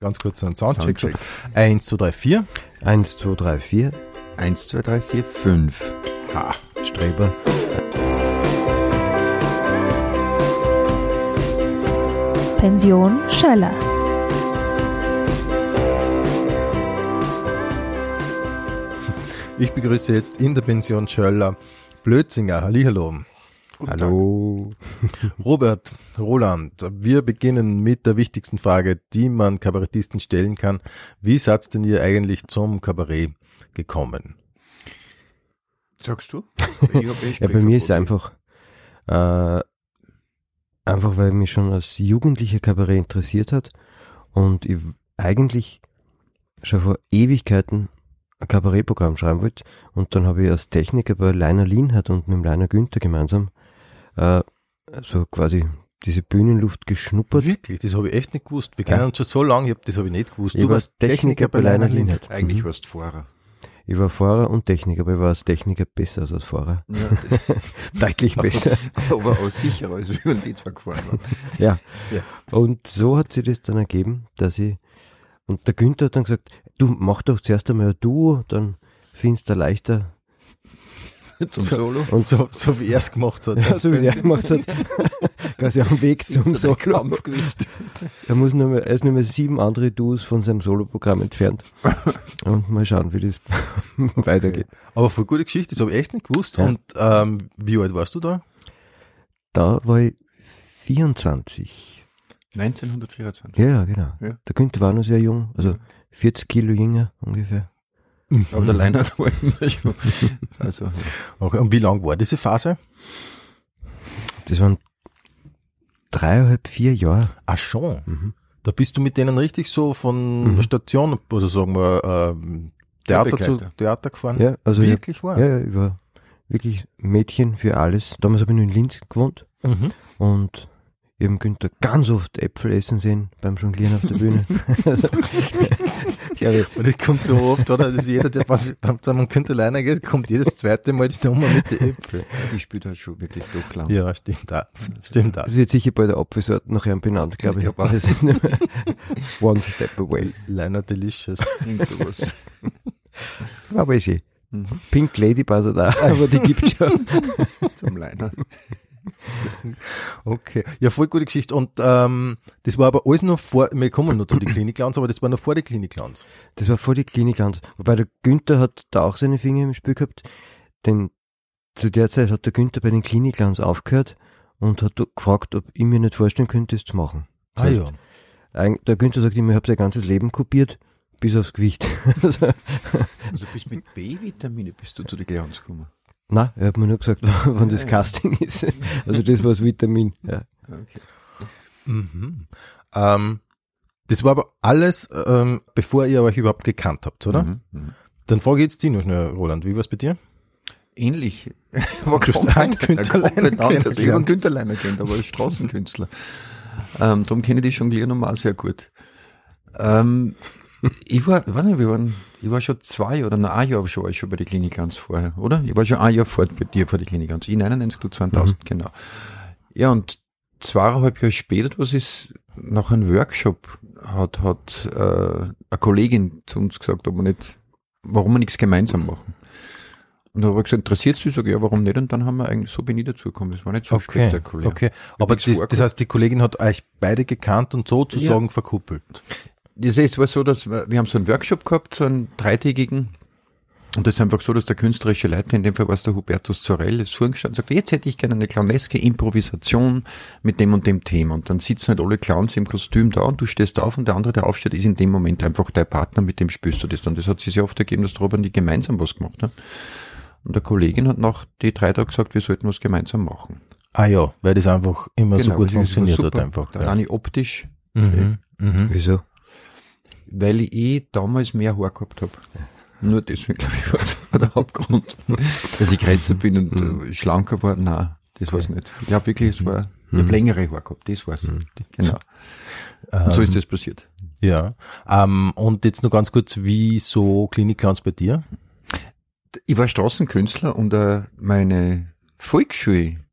Ganz kurz einen Soundcheck. 1, 2, 3, 4. 1, 2, 3, 4. 1, 2, 3, 4, 5. Ha, Streber. Pension Schöller. Ich begrüße jetzt in der Pension Schöller Blötzinger. Hallihallo. Hallo. Robert, Roland, wir beginnen mit der wichtigsten Frage, die man Kabarettisten stellen kann. Wie seid denn ihr eigentlich zum Kabarett gekommen? Sagst du? Ja, bei mir ist es einfach, weil mich schon als Jugendlicher Kabarett interessiert hat und ich eigentlich schon vor Ewigkeiten ein Kabarettprogramm schreiben wollte, und dann habe ich als Techniker bei Leiner Lienhardt und mit dem Leiner Günther gemeinsam so quasi diese Bühnenluft geschnuppert. Wirklich? Das habe ich echt nicht gewusst. Wir kennen uns schon so lange, das habe ich nicht gewusst. Ich warst Techniker bei Leiner Lienhardt. Eigentlich warst du Fahrer. Ich war Fahrer und Techniker, aber ich war als Techniker besser als Fahrer. Ja, deutlich besser. Aber auch sicherer, als wir die zwei gefahren waren. Ja. Und so hat sich das dann ergeben, dass ich, und der Günther hat dann gesagt, du mach doch zuerst einmal ein Duo, dann findest du leichter. Zum Solo. Und so wie er es gemacht hat. Ja, so wie er gemacht hat. Quasi am Weg zum Solo. Kampfgewicht. Er ist nur mehr 7 andere Duos von seinem Soloprogramm entfernt. Und mal schauen, wie das weitergeht. Aber voll gute Geschichte, das habe ich echt nicht gewusst. Ja. Und wie alt warst du da? Da war ich 24. 1924. Ja, genau. Ja. Der Günther war noch sehr jung, also 40 Kilo jünger ungefähr. Aber der Leinert war immer schon. Also, Okay. Und wie lang war diese Phase? Das waren 3,5, 4 Jahre. Ach schon. Mhm. Da bist du mit denen richtig so von der Station, also sagen wir, Theater zu Begleiter. Theater gefahren? Ja, also Wirklich wahr? Ja, ich war wirklich Mädchen für alles. Damals habe ich nur in Linz gewohnt Mhm. und ich habe Günther ganz oft Äpfel essen sehen beim Jonglieren auf der Bühne. Und das kommt so oft, oder? Dass jeder, der beim Günther Leiner geht, kommt jedes zweite Mal die Nummer mit den Äpfeln. die spielt halt schon wirklich durchlang. Ja, stimmt auch. Stimmt auch. Das wird sicher bei der Apfelsorte nachher benannt, glaube ich. Ich glaub auch. Das ist nicht mehr one step away. Leiner Delicious. Irgend sowas. Aber ist eh. Mhm. Pink Lady passt da, aber die gibt's schon. Zum Leiner. Okay. Ja, voll gute Geschichte. Und das war aber alles noch vor, wir kommen noch zu den Klinik-Clowns, aber das war noch vor den Klinik-Clowns. Das war vor die Klinik-Clowns. Wobei der Günther hat da auch seine Finger im Spiel gehabt, denn zu der Zeit hat der Günther bei den Klinik-Clowns aufgehört und hat gefragt, ob ich mir nicht vorstellen könnte, das zu machen. Das heißt, der Günther sagt immer, ich habe sein ganzes Leben kopiert, bis aufs Gewicht. Also bis mit B-Vitamine bist du zu den Clowns gekommen. Nein, er hat mir nur gesagt, wann das Casting ist. Also das war das Vitamin. Ja. Okay. Mhm. Das war aber alles, bevor ihr euch überhaupt gekannt habt, oder? Mhm. Mhm. Dann frage ich jetzt dich noch schnell, Roland, wie war es bei dir? Ähnlich. Aber Du hast einen Günther Leiner anders. Ich habe einen kennengelernt. Günther Leiner kennt, aber als Straßenkünstler. Darum kenne ich die Jongliernummer auch sehr gut. Ich war schon 2 oder ein Jahr war ich schon bei den Klinik-Clowns vorher, oder? Ich war schon ein Jahr vor dir vor den Klinik-Clowns. Ich 99, du 2000, genau. Ja, und 2,5 Jahre später, was ist, nach einem Workshop hat eine Kollegin zu uns gesagt, warum wir nichts gemeinsam machen. Und da habe ich gesagt, interessiert es dich? Sag ich, ja, warum nicht? Und dann haben wir eigentlich, so bin ich dazugekommen. Das war nicht so spektakulär. Okay. Aber nichts das heißt, die Kollegin hat euch beide gekannt und sozusagen verkuppelt. Das ist, war so, dass wir haben so einen Workshop gehabt, so einen 3-tägigen. Und das ist einfach so, dass der künstlerische Leiter, in dem Fall war es der Hubertus Zorell, ist vorgestanden und sagt, jetzt hätte ich gerne eine clowneske Improvisation mit dem und dem Thema. Und dann sitzen halt alle Clowns im Kostüm da und du stehst auf und der andere, der aufsteht, ist in dem Moment einfach dein Partner, mit dem spürst du das. Und das hat sich sehr oft ergeben, dass der Robert und die gemeinsam was gemacht haben. Und der Kollegin hat nach die 3 Tagen gesagt, wir sollten was gemeinsam machen. Ah ja, weil das einfach immer so gut das war funktioniert hat super. einfach. Ja. Alleine optisch, Mhm. Mhm. Wieso? weil ich damals mehr Haar gehabt habe. Nur deswegen, glaube ich, war der Hauptgrund. Dass ich größer bin und schlanker war, nein, das war's nicht. Ich habe wirklich, ich habe längere Haare gehabt, das war's. Genau. Und so ist das passiert. Ja. Und jetzt noch ganz kurz, wie so Klinik-Clowns bei dir? Ich war Straßenkünstler und meine Volksschule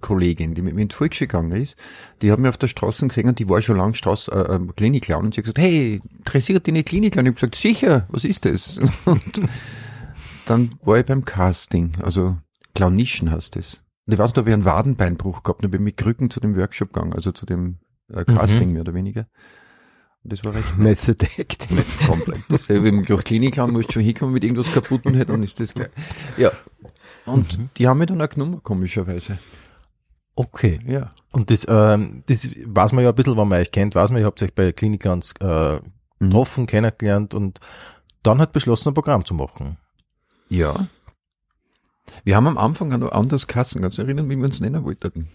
Kollegin, die mit mir in die Volksschule gegangen ist, die hat mich auf der Straße gesehen und die war schon lange Klinik-Clown und sie hat gesagt, hey, interessiert dich nicht Klinik-Clown? Ich habe gesagt, sicher, was ist das? Und dann war ich beim Casting, also Clownischen heißt das. Und ich weiß nicht, ob ich einen Wadenbeinbruch gehabt habe, dann bin ich mit Krücken zu dem Workshop gegangen, also zu dem Casting mehr oder weniger. Und das war recht Method-Acting. komplett. Wenn man durch Klinik haben, musst du schon hinkommen mit irgendwas kaputt und dann ist das gleich. Ja. Und die haben mich dann auch genommen, komischerweise. Okay. Ja. Und das weiß man ja ein bisschen, wenn man euch kennt, weiß man, ihr habt euch bei Kliniklands getroffen, kennengelernt und dann hat beschlossen, ein Programm zu machen. Ja. Wir haben am Anfang auch noch anders Kassen, kannst du erinnern, wie wir uns nennen wollten?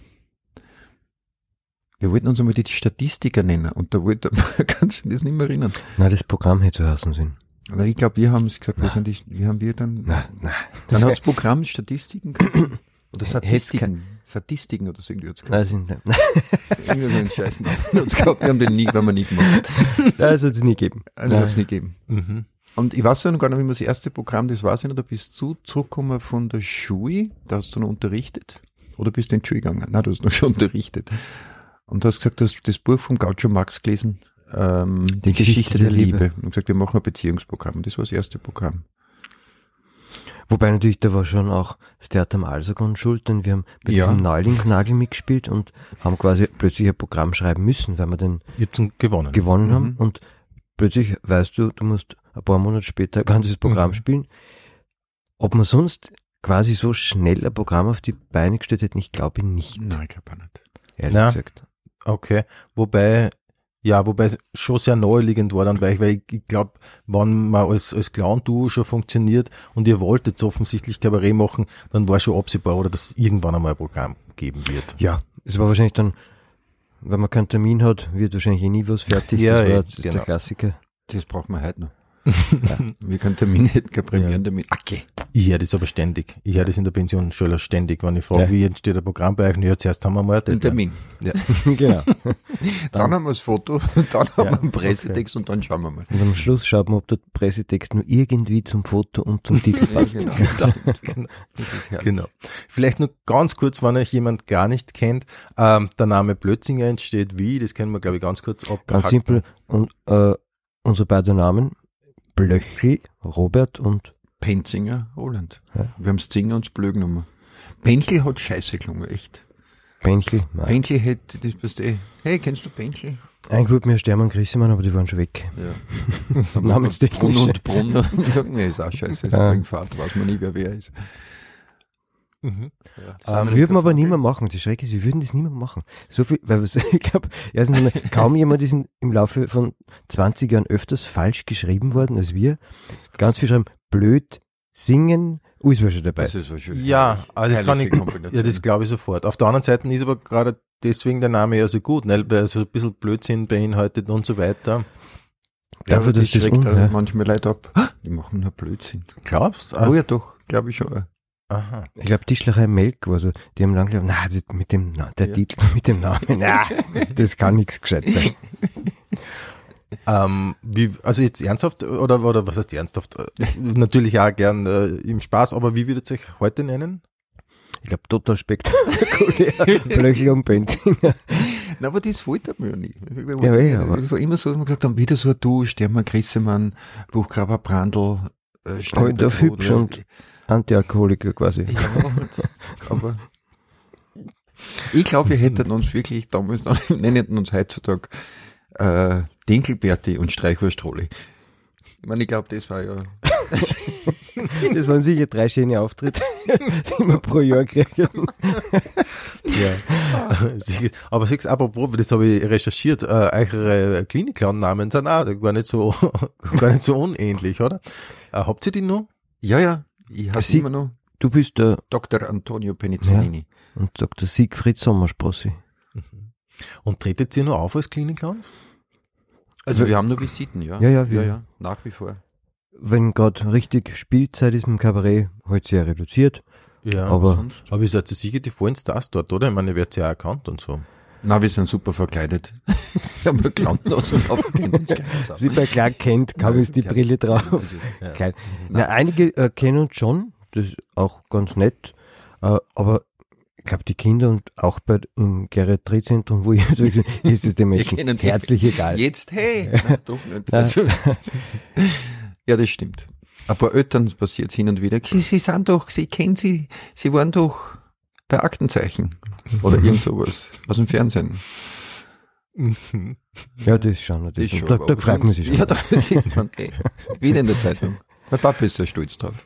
Wir wollten uns einmal die Statistiker nennen und da kannst du das nicht mehr erinnern. Nein, das Programm hätte heißen sollen. Aber ich glaube, wir haben es gesagt, wie haben wir dann? Nein. Dann hat das Programm Statistiken geheißen. Oder Statistiken oder so irgendwie hat's geheißen. Irgendwie so einen Scheiß hat's gehabt, wir haben den werden wir nie gemacht. Das hat es nie gegeben. Das hat es nie gegeben. Mhm. Und ich weiß ja noch gar nicht, wie man das erste Programm, das weiß ich noch, da bist du zurückgekommen von der Schule, da hast du noch unterrichtet. Oder bist du in die Schule gegangen? Nein, du hast noch schon unterrichtet. Und du hast gesagt, du hast das Buch von Groucho Marx gelesen, die Geschichte der Liebe. Und gesagt, wir machen ein Beziehungsprogramm. Und das war das erste Programm. Wobei natürlich, da war schon auch das Theater am Alsergrund schuld, denn wir haben bei diesem Neulingsnagel mitgespielt und haben quasi plötzlich ein Programm schreiben müssen, weil wir den gewonnen haben. Und plötzlich weißt du, du musst ein paar Monate später ein ganzes Programm spielen. Ob man sonst quasi so schnell ein Programm auf die Beine gestellt hätte, ich glaube nicht. Nein, ich glaube auch nicht. Ehrlich gesagt. Okay, wobei es schon sehr naheliegend war dann bei euch, weil ich glaube, wenn man als Clown-Duo schon funktioniert und ihr wolltet so offensichtlich Kabarett machen, dann war schon absehbar, oder dass es irgendwann einmal ein Programm geben wird. Ja, es war wahrscheinlich dann, wenn man keinen Termin hat, wird wahrscheinlich nie was fertig. Ja, das ist genau. der Klassiker. Das braucht man heute noch. Wir können Termin hätten, kein Premierentermin. Okay. Ich höre das aber ständig. Ich höre das in der Pension schon ständig, wenn ich frage, wie entsteht ein Programm bei euch? Ja, zuerst haben wir mal einen Termin. Ja. Genau. Dann haben wir das Foto, dann haben wir einen Pressetext und dann schauen wir mal. Und am Schluss schaut man, ob der Pressetext nur irgendwie zum Foto und zum Titel passt. Genau. Das ist herrlich. Genau. Vielleicht nur ganz kurz, wenn euch jemand gar nicht kennt, der Name Blötzinger entsteht wie? Das können wir, glaube ich, ganz kurz abhaken. Ganz simpel. Und unsere beiden Namen, Blöchli, Robert und Penzinger, Roland. Ja. Wir haben das Zinger und das Blög genommen. Penchel hat scheiße gelungen, echt. Penchli. Penchel hätte, das bist hey, kennst du Penchel? Eigentlich wollten wir Stermann und Grissemann, aber die waren schon weg. Ja. Namenstechnisch. Brunner und Brunner. Ich sag, nee, ist auch scheiße, ist mein Vater, weiß man nie, wer ist. Mhm. Ja. Würden wir aber nicht mehr machen. Das Schreck ist, wir würden das nicht mehr machen. So viel, weil ich glaube, erstens einmal, kaum jemand ist im Laufe von 20 Jahren öfters falsch geschrieben worden als wir. Ganz viel schreiben, blöd, singen, ist war schon dabei. Das ist schon Ja, also das kann ich, Kombination. ja, das glaube ich sofort. Auf der anderen Seite ist aber gerade deswegen der Name ja so gut, ne? Weil er so ein bisschen Blödsinn beinhaltet und so weiter. Ja, Dafür, aber das dass das schreckt ja. manchmal Leute ab. Die machen nur Blödsinn. Glaubst du? Oh ja, doch, glaube ich schon. Aha. Ich glaube, Tischlerei Melk war so, die haben lange geglaubt, der Titel mit dem Namen, das kann nichts gescheit sein. Also jetzt ernsthaft, oder was heißt ernsthaft? Natürlich auch gern im Spaß, aber wie würdet ihr euch heute nennen? Ich glaube, total spektakulär. Blöchli und Benzinger. Na, aber das wollte man ja nie. Aber Das war immer so, dass wir gesagt haben, wieder so ein Du, Stermann, Grissemann, Buchgraber, Brandl, Heute auf hübsch und Antialkoholiker quasi. Ja, aber ich glaube, wir hätten uns wirklich damals noch, nennen uns heutzutage Dinkelberti und Streichwurstrolli. Ich meine, ich glaube, das war ja... Das waren sicher 3 schöne Auftritte, die wir pro Jahr kriegen. Ja. Aber siehst du, apropos, das habe ich recherchiert, eure Klinik-Clown-Namen sind auch gar nicht so unähnlich, oder? Habt ihr die noch? Ja, ich habe immer noch Du bist der Dr. Antonio Penizzolini. und Dr. Siegfried Sommersprossi. Und tretet ihr nur auf als Klinik-Clowns? Also wir haben nur Visiten, ja. Ja, nach wie vor. Wenn gerade richtig Spielzeit ist im Kabarett, halt sehr reduziert. Ja, aber ihr seid sicher die vollen Stars dort, oder? Ich meine, ihr werdet ja auch erkannt und so. Na, wir sind super verkleidet. Wir haben Clown-Nase und aufgehen uns keine Sau. wie bei Clark Kent, kam jetzt die Brille drauf. Ja. Geil. Na, einige kennen uns schon, das ist auch ganz nett, aber ich glaube, die Kinder und auch im Geriatriezentrum, wo ich ist es den Menschen herzlich egal. Jetzt, hey! Nein, doch nicht. Also, ja, das stimmt. Ein paar Eltern passiert hin und wieder. Sie kennen sie waren doch bei Aktenzeichen. Oder irgend sowas. Aus dem Fernsehen. Ja, das schon. Das schon, da freut man sich schon. Ja, das ist dann wieder in der Zeitung. Mein Papa ist sehr stolz drauf.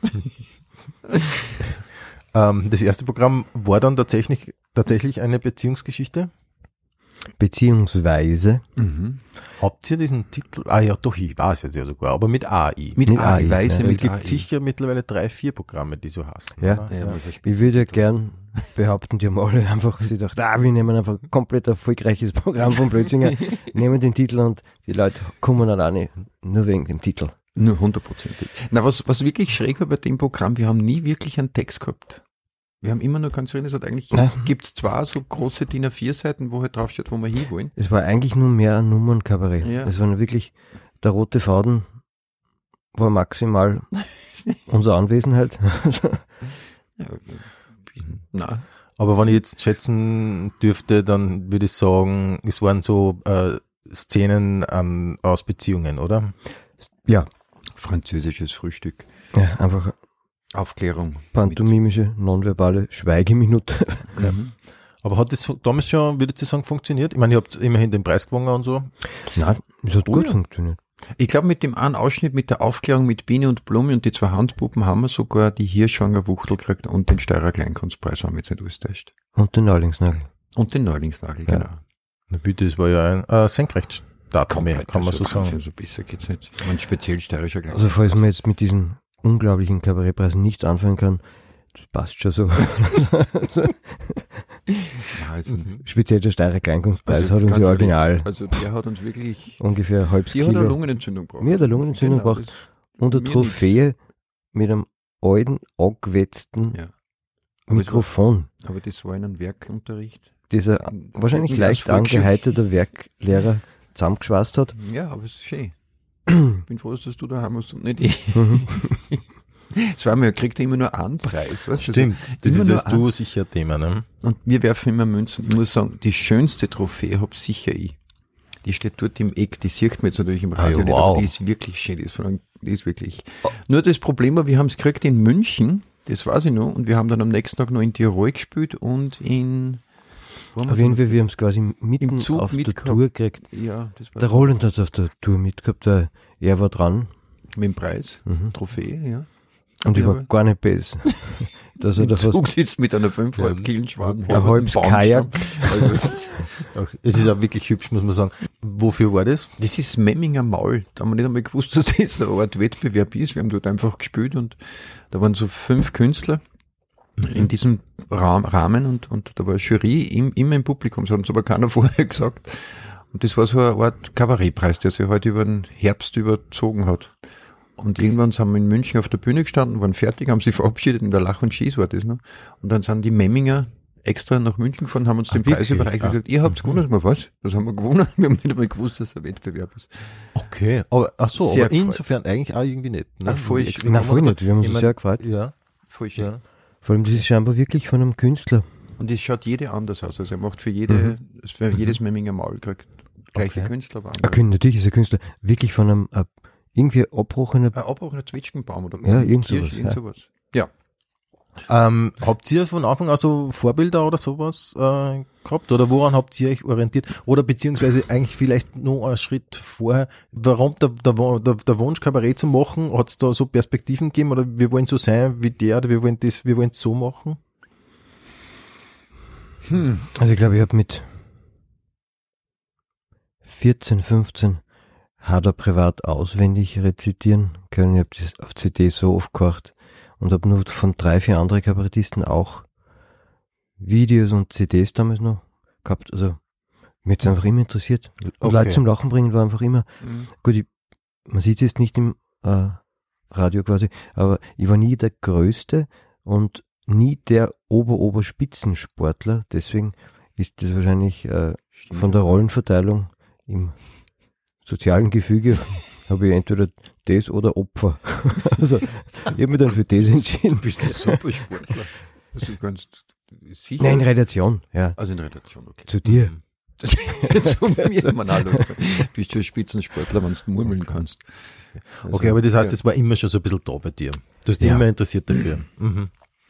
Das erste Programm war dann tatsächlich eine Beziehungsgeschichte. Beziehungsweise. Habt ihr diesen Titel? Ah ja, doch, ich weiß es ja sogar, aber mit AI. Mit AI, Weise Es mit gibt AI. sicher mittlerweile 3-4 Programme, die so heißen. Ja. oder? Ja, Ich würde gern behaupten, die haben alle einfach sich gedacht, wir nehmen einfach ein komplett erfolgreiches Programm von Blödzinger, nehmen den Titel und die Leute kommen alleine nur wegen dem Titel. Nur 100%. Na, was wirklich schräg war bei dem Programm, wir haben nie wirklich einen Text gehabt. Wir haben immer nur ganz es hat eigentlich, gibt's zwar so große DIN A4-Seiten, wo halt draufsteht, wo wir hinwollen. Es war eigentlich nur mehr ein Nummernkabarett. Ja. Es war wirklich, der rote Faden war maximal unsere Anwesenheit. Ja, na, Aber wenn ich jetzt schätzen dürfte, dann würde ich sagen, es waren so Szenen aus Beziehungen, oder? Ja, französisches Frühstück. ja, einfach Aufklärung. pantomimische, nonverbale Schweigeminute. Mhm. Aber hat das damals schon, würdet ihr sagen, funktioniert? Ich meine, ihr habt immerhin den Preis gewonnen und so. Nein, es hat gut ja. funktioniert. Ich glaube, mit dem einen Ausschnitt mit der Aufklärung mit Biene und Blume und die 2 Handpuppen haben wir sogar die Hirschwanger Wuchtel gekriegt und den Steirer Kleinkunstpreis, wenn mich jetzt nicht alles täuscht. Und den Neulingsnagel. Und den Neulingsnagel, Ja. genau. Na bitte, das war ja ein Senkrechtstarter mehr, Komplett, kann man also so sagen. So besser geht's nicht. Und speziell steirischer Kleinkunst. Also falls man jetzt mit diesen unglaublichen Kabarettpreisen nichts anfangen kann, das passt schon so. Also, Speziell der Steirer Kleinkunstpreis Also hat uns ganz ja ehrlich, original also der hat uns wirklich, ungefähr ein halbes die hat eine Kilo. Lungenentzündung gebraucht. Mir hat eine Lungenentzündung Genau, gebracht das- und eine mir Trophäe mit einem alten, angewetzten Ja. Aber Mikrofon. Aber das war in einem Werkunterricht. Dieser wahrscheinlich Als leicht Volksschule. angeheiterter Werklehrer zusammengeschweißt hat. Ja, aber es ist schön. Ich bin froh, dass du daheim hast und nicht ich. Es war mir, kriegt er immer nur einen Preis. Weißt du? Stimmt, das immer ist nur als du sicher ein Thema, ne? Und wir werfen immer Münzen. Ich muss sagen, die schönste Trophäe hab sicher ich. Die steht dort im Eck, die sieht man jetzt natürlich im Radio ja, nicht, wow. aber die ist wirklich schön, die ist wirklich. Nur das Problem war, wir haben es gekriegt in München, das weiß ich noch, und wir haben dann am nächsten Tag noch in Tirol gespielt und in, Auf jeden Fall, wir haben es quasi mitten Im Zug auf der mitgehabt. Tour gekriegt. ja, das war Der Roland hat auf der Tour mitgehabt, weil er war dran mit dem Preis, Mhm. Trophäe, ja. und ich Ja, war aber- gar nicht besser. Dass er Im da fast Zug sitzt mit einer 5,5 Kilo Schwan. ein halbes Kajak. Also es ist auch wirklich hübsch, muss man sagen. Wofür war das? Das ist Memminger Maul. Da haben wir nicht einmal gewusst, dass das eine Art Wettbewerb ist. Wir haben dort einfach gespielt und da waren so 5 Künstler in diesem Rahmen und da war eine Jury immer im Publikum. Das hat uns aber keiner vorher gesagt. Und das war so eine Art Kabarettpreis, der sich heute über den Herbst überzogen hat. Und irgendwann sind wir in München auf der Bühne gestanden, waren fertig, haben sich verabschiedet, in der Lach und Schieß war das noch. Und dann sind die Memminger extra nach München gefahren, haben uns den Preis wirklich? überreicht und gesagt, ihr habt's gewonnen. Mal was? Das haben wir gewonnen. Wir haben nicht einmal gewusst, dass es ein Wettbewerb ist. Okay, aber ach so, Sehr aber gefreut. insofern eigentlich auch irgendwie nicht. Ne? Ah, voll Die extra schön. Nein, voll Nummer- nicht. Wir haben uns Ich mein, sehr gefreut. Ja, Voll schön. ja. Vor allem, das ist scheinbar wirklich von einem Künstler. Und es schaut jede anders aus. Also er macht für jedes Memminger Maul kriegt gleiche Okay. Künstler. Aber Natürlich ist ein Künstler wirklich von einem irgendwie abbrochener. ein Abbruchender Zwetschgenbaum oder Ja, irgend Kirsch, sowas, irgend ja. sowas. Ja. Habt ihr von Anfang an so Vorbilder oder sowas gehabt? Oder woran habt ihr euch orientiert? Oder beziehungsweise eigentlich vielleicht noch einen Schritt vorher, warum der Wunsch, Kabarett zu machen? Hat es da so Perspektiven gegeben? Oder wir wollen so sein wie der, oder wir wollen es so machen? Also ich glaube, ich habe mit 14, 15 hat er privat auswendig rezitieren können. Ich habe das auf CD so oft gehört und habe nur von 3, 4 andere Kabarettisten auch Videos und CDs damals noch gehabt. Also mir hat es einfach immer interessiert. Und Okay. Leute zum Lachen bringen war einfach immer, Mhm. gut, man sieht es jetzt nicht im Radio quasi, aber ich war nie der Größte und nie der Oberspitzensportler. Deswegen ist das wahrscheinlich von der Rollenverteilung im sozialen Gefüge habe ich entweder das oder Opfer. Also ich habe mich dann für das entschieden. Du bist ein Supersportler. Also du kannst sicher. Nein, in Relation, ja. Also in Relation, okay. Zu dir. Zu mir, man, hallo, du bist schon Spitzensportler, wenn du murmeln kannst. Also, Okay, aber das heißt, das war immer schon so ein bisschen da bei dir. Du hast dich Ja. immer interessiert dafür. Mhm.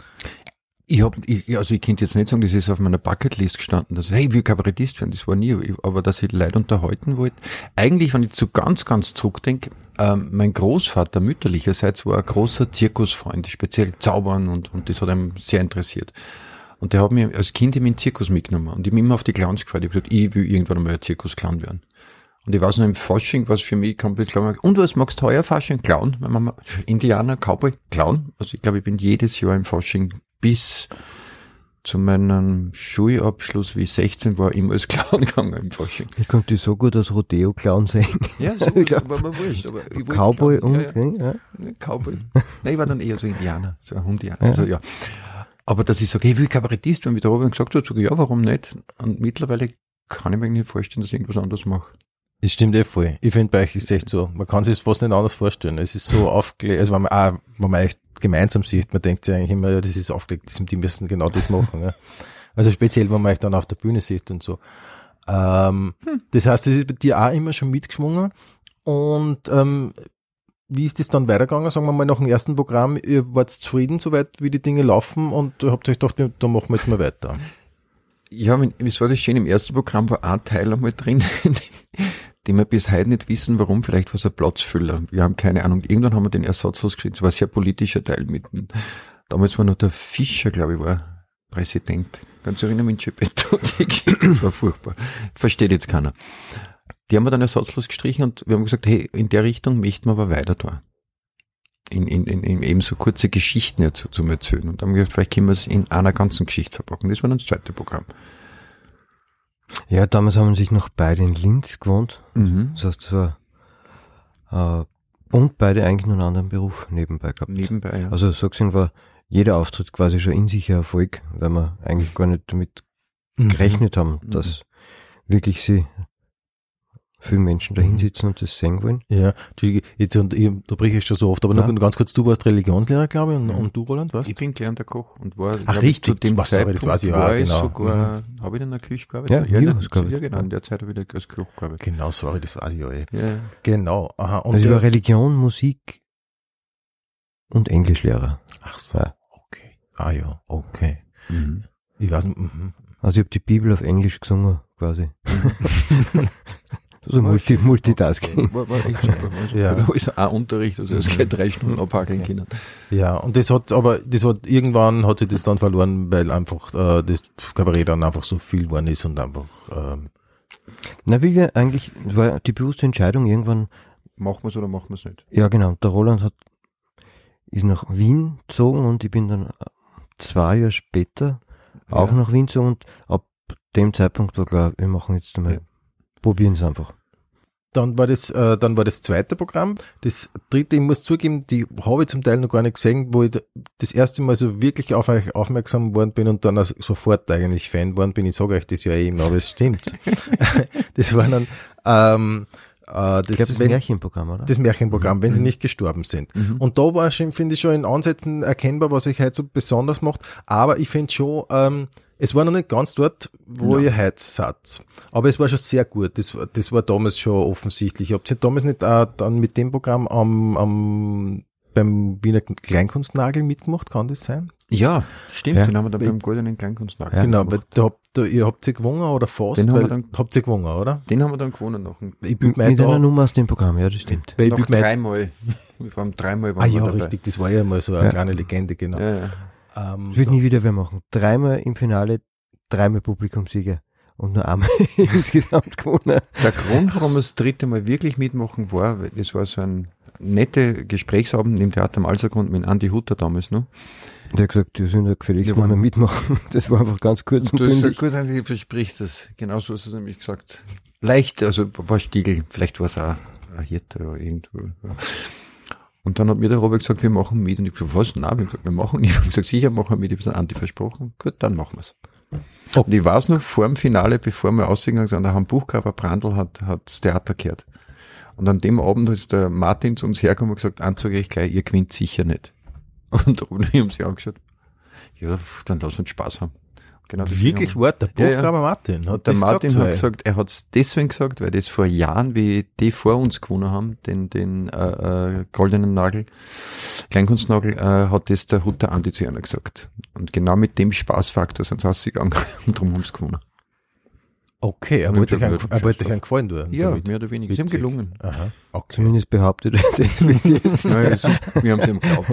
Ich könnte jetzt nicht sagen, das ist auf meiner Bucketlist gestanden, dass hey, ich will Kabarettist werden, das war nie, aber dass ich Leute unterhalten wollte. Eigentlich, wenn ich so ganz, ganz zurückdenke, mein Großvater mütterlicherseits war ein großer Zirkusfreund, speziell Zaubern und das hat ihm sehr interessiert. Und der hat mich als Kind in den Zirkus mitgenommen und ich bin immer auf die Clowns gefahren. Ich habe gesagt, ich will irgendwann einmal ein Zirkusclown werden. Und ich weiß noch, im Fasching war es für mich komplett klar. Und was magst du heuer Fasching? Clown? Meine Mama, Indianer, Cowboy, Clown. Also ich glaube, ich bin jedes Jahr im Fasching bis zu meinem Schulabschluss, wie ich 16 war, immer als Clown gegangen im Fasching. Ich konnte dich so gut als Rodeo-Clown sehen. Ja, so war mir wurscht. Aber ich wollte Cowboy Clown. und, ja. Cowboy. Nein, ich war dann eher so Indianer, so ein Hundianer. Ja. Also, ja. Aber dass ich sage, hey, ich will Kabarettist, wenn mich der Robin gesagt hat, sage ich, ja, warum nicht? Und mittlerweile kann ich mir nicht vorstellen, dass ich irgendwas anderes mache. Das stimmt voll. Ich finde, bei euch ist es echt so, man kann sich das fast nicht anders vorstellen. Es ist so aufgelegt, also wenn man echt gemeinsam sieht, man denkt sich eigentlich immer, ja, das ist aufgelegt, die müssen genau das machen. Ja. Also speziell, wenn man euch dann auf der Bühne sieht und so. Das heißt, das ist bei dir auch immer schon mitgeschwungen. Und wie ist das dann weitergegangen? Sagen wir mal nach dem ersten Programm, ihr wart zufrieden, soweit wie die Dinge laufen und ihr habt euch gedacht, da machen wir jetzt mal weiter. Ja, es war das schön, im ersten Programm war ein Teil einmal drin, den wir bis heute nicht wissen, warum, vielleicht war es ein Platzfüller. Wir haben keine Ahnung. Irgendwann haben wir den Ersatz losgeschrieben. Es war ein sehr politischer Teil mit. Damals war noch der Fischer, glaube ich, war Präsident. Kannst du erinnern, mit Geppetto, die Geschichte, das war furchtbar. Versteht jetzt keiner. Die haben wir dann ersatzlos gestrichen und wir haben gesagt, hey, in der Richtung möchten wir aber weiter tun. In eben so kurze Geschichten jetzt zu erzählen. Und dann haben wir gesagt, vielleicht können wir es in einer ganzen Geschichte verpacken. Das war dann das zweite Programm. Ja, damals haben wir sich noch beide in Linz gewohnt. Mhm. Das heißt, das war, und beide eigentlich noch einen anderen Beruf nebenbei gehabt. Nebenbei, ja. Also so gesehen war jeder Auftritt quasi schon in sich ein Erfolg, weil wir eigentlich gar nicht damit gerechnet haben, dass wirklich sie viele Menschen da hinsitzen und das sehen wollen. Ja, jetzt, und da bricht ich schon so oft, aber Ja. nur ganz kurz, du warst Religionslehrer, glaube ich, und du, Roland, was? Ich bin gelernter Koch und war, Ach, glaub richtig, zu dem was, sorry, das Zeitpunkt weiß ich auch, war genau. sogar, habe ich in der Küche gearbeitet? Ja, ja, genau, in der Zeit habe ich als Koch gearbeitet. Genau, sorry, das weiß ich ja eh. Ja. Genau, aha. Und Also ich war Religion, Musik und Englischlehrer. ach so, Ja. okay. Ah ja, okay. Mhm. Ich weiß nicht, Also ich habe die Bibel auf Englisch gesungen, quasi. So Multitasking. War echt super. Also, Ja. Da ist auch Unterricht, also es gleich 3 Stunden abhakeln können. Ja, und irgendwann hat sich das dann verloren, weil einfach das Kabarett dann einfach so viel geworden ist und einfach Na, wie wir eigentlich, das war die bewusste Entscheidung irgendwann, Machen wir es oder machen wir es nicht? ja genau, der Roland ist nach Wien gezogen und ich bin dann 2 Jahre später auch nach Wien gezogen und ab dem Zeitpunkt war klar, wir machen jetzt einmal, probieren es einfach. Dann war das zweite Programm. Das dritte, ich muss zugeben, die habe ich zum Teil noch gar nicht gesehen, wo ich das erste Mal so wirklich auf euch aufmerksam worden bin und dann auch sofort eigentlich Fan worden bin. Ich sage euch das ja eben, aber es stimmt. Das war dann Ich glaube, das Märchenprogramm, oder? das Märchenprogramm, wenn sie nicht gestorben sind. Und da war schon, finde ich, schon in Ansätzen erkennbar, was euch heute so besonders macht. Aber ich finde schon, es war noch nicht ganz dort, wo ihr heute seid. Aber es war schon sehr gut. Das war damals schon offensichtlich. Habt ihr damals nicht auch dann mit dem Programm beim Wiener Kleinkunstnagel mitgemacht? Kann das sein? Ja, stimmt, Ja. den haben wir dann beim Goldenen Kleinkunstnagel Genau, gemacht. weil ihr habt sie gewonnen oder fast? Den haben wir Weil, dann- habt ihr gewonnen, oder? Den haben wir dann gewonnen noch. Ich bin mein, Mit einer da, Nummer aus dem Programm, ja, das stimmt. weil ich Noch bin mein, dreimal. Wir waren dreimal waren ja, wir dabei. richtig, das war ja mal so eine Ja. kleine Legende, genau. Ja, ja. Das wird nie wieder wer machen. 3-mal im Finale, 3-mal Publikumssieger und nur einmal insgesamt gewonnen. Der Grund, warum wir das dritte Mal wirklich mitmachen war, weil es war so ein netter Gesprächsabend im Theater am Alsergrund mit Andi Hutter damals noch. Und er hat gesagt, wir sind ja gefälligst Wir nicht mehr waren- mitmachen. Das war einfach ganz kurz und Du hast bündig. gut, Andi, versprichst das. Genau so ist es nämlich gesagt. Leicht, also ein paar Stiegel, vielleicht war es auch ein Hirte oder irgendwo. Ja. Und dann hat mir der Robert gesagt, wir machen mit. Und ich gesagt, was? Nein, wir haben gesagt, wir machen nicht. Ich habe gesagt, sicher machen wir mit. Ich habe es Andi versprochen. Gut, dann machen wir es. Und ich weiß noch, vor dem Finale, bevor wir ausgegangen sind, da haben Buchcover Brandl hat das Theater gehört. Und an dem Abend ist der Martin zu uns hergekommen und gesagt, sage ich gleich, ihr gewinnt sicher nicht. Und wir haben sie angeschaut, ja, dann lass uns Spaß haben. Genau. Wirklich war der Programmer Martin. Hat Der das Martin gesagt, hat gesagt, er hat es deswegen gesagt, weil das vor Jahren, wie die vor uns gewonnen haben, den goldenen Nagel, Kleinkunstnagel, hat das der Hutter Andi zu einer gesagt. Und genau mit dem Spaßfaktor sind sie rausgegangen und darum haben sie gewonnen. Okay, er Aber wollte ich glaub, euch einen Gefallen tun. Ja, damit. mehr oder weniger. Sie haben Witzig. gelungen. Aha, okay. Zumindest behauptet er das bis jetzt. Naja, wir haben es ihm geglaubt.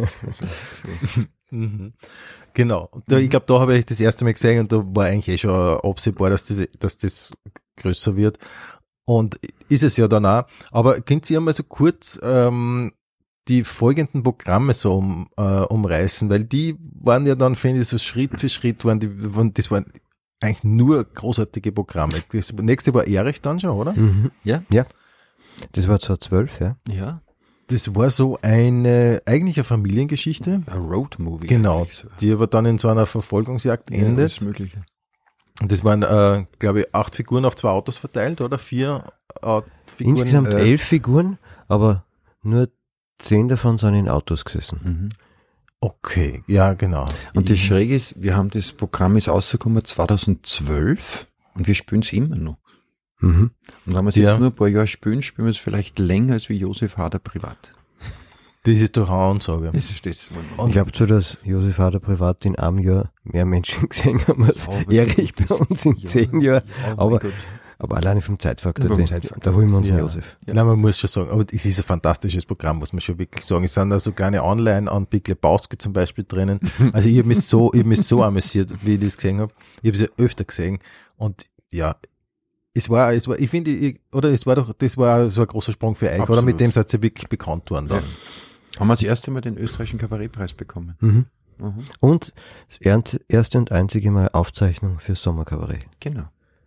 Mhm. Genau. Und ich glaube, da habe ich das erste Mal gesehen und da war eigentlich schon absehbar, dass das größer wird. Und ist es ja dann auch. Aber könnt ihr mal so kurz die folgenden Programme so umreißen? Weil die waren ja dann, finde ich, so Schritt für Schritt, das waren eigentlich nur großartige Programme. Das nächste war Erich dann schon, oder? Mhm. Ja? Ja. Das war 2012, ja. Ja. Das war so eigentlich eine Familiengeschichte. Ein Roadmovie. Genau, eigentlich so. die aber dann in so einer Verfolgungsjagd Ja, endet. alles Mögliche. Und das waren, glaube ich, 8 Figuren auf 2 Autos verteilt, oder? 4 Figuren. Insgesamt 11 Figuren, aber nur 10 davon sind in Autos gesessen. Mhm. Okay, ja, genau. Und das Schräge ist, wir haben das Programm ist rausgekommen 2012 und wir spielen es immer noch. Mhm. Und wenn wir es Ja. jetzt nur ein paar Jahre spielen, spielen wir es vielleicht länger als wie Josef Hader privat. Das ist doch eine Ansage. Das ist das. Ich glaube zwar, dass Josef Hader privat in einem Jahr mehr Menschen gesehen haben als Ja, aber Erich bei das- uns in 10 Jahren. Aber, mein Gott. aber alleine vom Zeitfaktor, Vom den- Zeitfaktor. da holen wir uns Ja. Josef. Ja. Nein, man muss schon sagen, aber es ist ein fantastisches Programm, muss man schon wirklich sagen. Es sind da so kleine Online-Anbieter, Lebowski zum Beispiel drinnen. Also ich habe mich so amüsiert, wie ich das gesehen habe. Ich habe es ja öfter gesehen und ja, es war, ich finde, das war so ein großer Sprung für euch, oder? Absolut. Mit dem seid ihr wirklich bekannt worden da. Ja. Haben wir das erste Mal den österreichischen Kabarettpreis bekommen. Mhm. Mhm. Und das erste und einzige Mal Aufzeichnung für Sommerkabarett. Genau.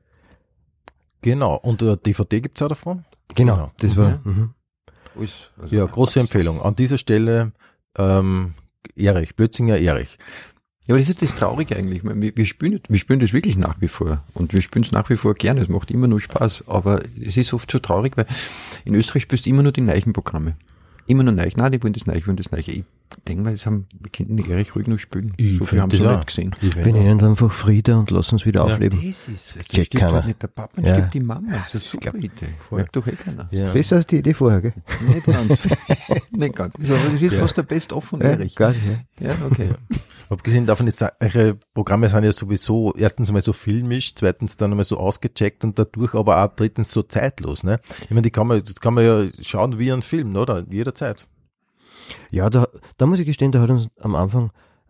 Genau. Und DVD gibt's auch davon? Genau, das war. Ja. Mhm. Alles, also Ja, große Empfehlung. An dieser Stelle Erich, Blötzinger Erich. Ja, aber das ist das Traurige eigentlich. Ich meine, wir spielen das wirklich nach wie vor. Und wir spielen es nach wie vor gerne. Es macht immer nur Spaß. Aber es ist oft so traurig, weil in Österreich spielst du immer nur die neuen Programme. Immer nur neu. Nein, die wollen das neu, ich will das neu. Ich denke mal, wir könnten den Erich ruhig noch spielen. So viel haben sie noch nicht gesehen. Wir nennen es einfach Frieda und lassen uns wieder aufleben. Das ist es. Da Checkt stirbt keiner. halt nicht der Papa, dann Ja. stirbt die Mama. Das ist eine super Idee. Merkt doch keiner. Ja. Besser als die Idee vorher, gell? Nicht ganz. Nicht ganz. Das ist fast der Best-of von Erich. quasi, ja. Ja, okay. Abgesehen davon, jetzt, eure Programme sind ja sowieso erstens einmal so filmisch, zweitens dann einmal so ausgecheckt und dadurch aber auch drittens so zeitlos. Ne? Ich meine, das kann man ja schauen wie ein Film, oder? Jederzeit. Ja, da muss ich gestehen, da hat uns am Anfang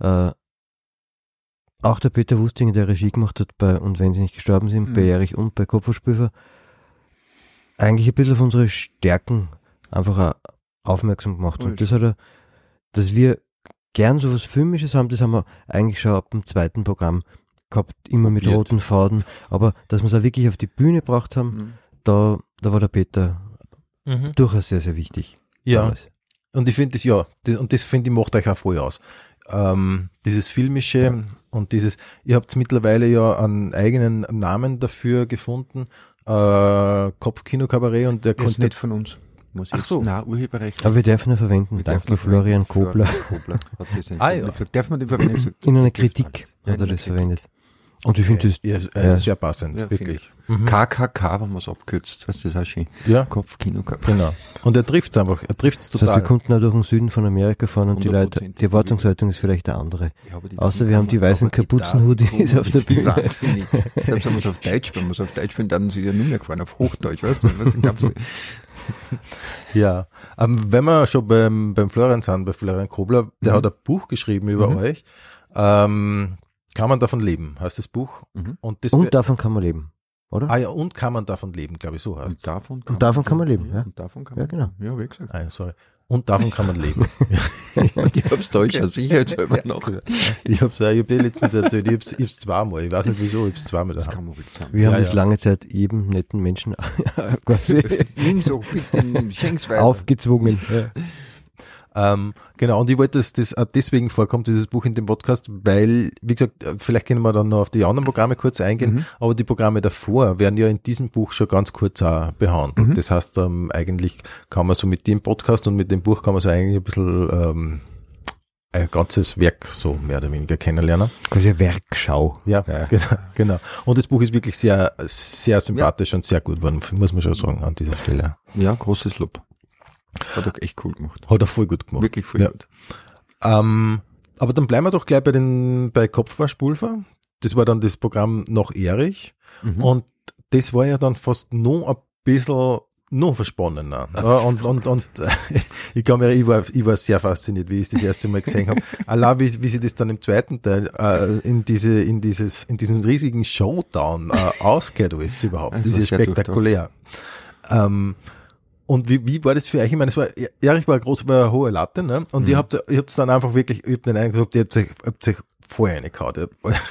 auch der Peter Wustinger, der Regie gemacht hat bei Und wenn sie nicht gestorben sind, bei Erich und bei Kopfverspüfer, eigentlich ein bisschen auf unsere Stärken einfach auch aufmerksam gemacht. Und das hat er, dass wir gern so was Filmisches haben, das haben wir eigentlich schon ab dem zweiten Programm gehabt, immer mit Probiert. roten Faden. Aber dass wir es auch wirklich auf die Bühne gebracht haben, da war der Peter durchaus sehr, sehr wichtig. Ja. damals. Und ich finde das finde ich macht euch auch voll aus. Dieses Filmische und ihr habt mittlerweile ja einen eigenen Namen dafür gefunden, Kopfkino-Kabarett und der Das ist konnte, nicht von uns. Muss Ach jetzt so. Urheberrecht. Aber wir dürfen ihn verwenden. Danke, Florian Kobler. Kobler hat das Ah, ja. gesagt. Darf man den verwenden? Ich hab gesagt, In einer das ist Kritik alles. Ja, hat in er einer das Kritik. verwendet. Und ich finde das, ja, Ja. sehr passend, Ja, wirklich. KKK, wenn man es abkürzt, weißt du, das ist auch schön. Ja, Kopfkino gehabt. genau. Und er trifft es einfach, das heißt, total. wir konnten auch durch den Süden von Amerika fahren und die Leute, 100%. die Erwartungshaltung ist vielleicht eine andere. Ja, aber die Außer wir haben die weißen aber die Kapuzenhoodies Daten auf der kommen, Bühne. die wahnsinnig. Selbst wenn man es auf Deutsch spielen, muss auf Deutsch spielen, dann sind sie ja nicht mehr gefahren, auf Hochdeutsch, weißt du, was glaubst du? Ja, wenn wir schon beim Florian sind, bei Florian Kobler, der hat ein Buch geschrieben über euch. Kann man davon leben, heißt das Buch. Mhm. Und das Und davon kann man leben, oder? und kann man davon leben, glaube ich, so heißt es. davon Und davon kann man leben, ja. Und davon kann Ja, man genau. Ja, wie gesagt. Ah, sorry. Und davon kann man leben. Und ich hab's Deutsch ja sicherheitshalber noch. Ich hab's dir letztens erzählt, ich hab's zweimal, ich weiß nicht wieso, ich hab's zweimal Das daheim. kann man wirklich sagen. Wir haben Ja, das ja. lange Zeit jedem netten Menschen quasi Nimm doch bitte, schenk's weiter. aufgezwungen. Ja. Genau, und ich wollte, dass das auch deswegen vorkommt, dieses Buch in dem Podcast, weil, wie gesagt, vielleicht können wir dann noch auf die anderen Programme kurz eingehen, aber die Programme davor werden ja in diesem Buch schon ganz kurz auch behandelt. Das heißt, eigentlich kann man so mit dem Podcast und mit dem Buch kann man so eigentlich ein bisschen ein ganzes Werk so mehr oder weniger kennenlernen. Quasi eine Werkschau. Ja. Genau. Und das Buch ist wirklich sehr, sehr sympathisch und sehr gut geworden, muss man schon sagen, an dieser Stelle. Ja, großes Lob. Hat er echt cool gemacht. Hat er voll gut gemacht. Wirklich voll gut. Aber dann bleiben wir doch gleich bei Kopfwaschpulver. Das war dann das Programm nach Erich. Und das war ja dann fast noch ein bisschen noch verspannender. Ja, und ich war sehr fasziniert, wie ich das erste Mal gesehen habe. Allein wie sie das dann im zweiten Teil in diesen riesigen Showdown ausgeht, alles überhaupt. Das ist spektakulär. Und wie war das für euch? Ich meine, Erich war eine hohe Latte, ne? Und ihr habt's dann einfach wirklich, ich hab den Eindruck, ihr habt euch vorher reingehauen.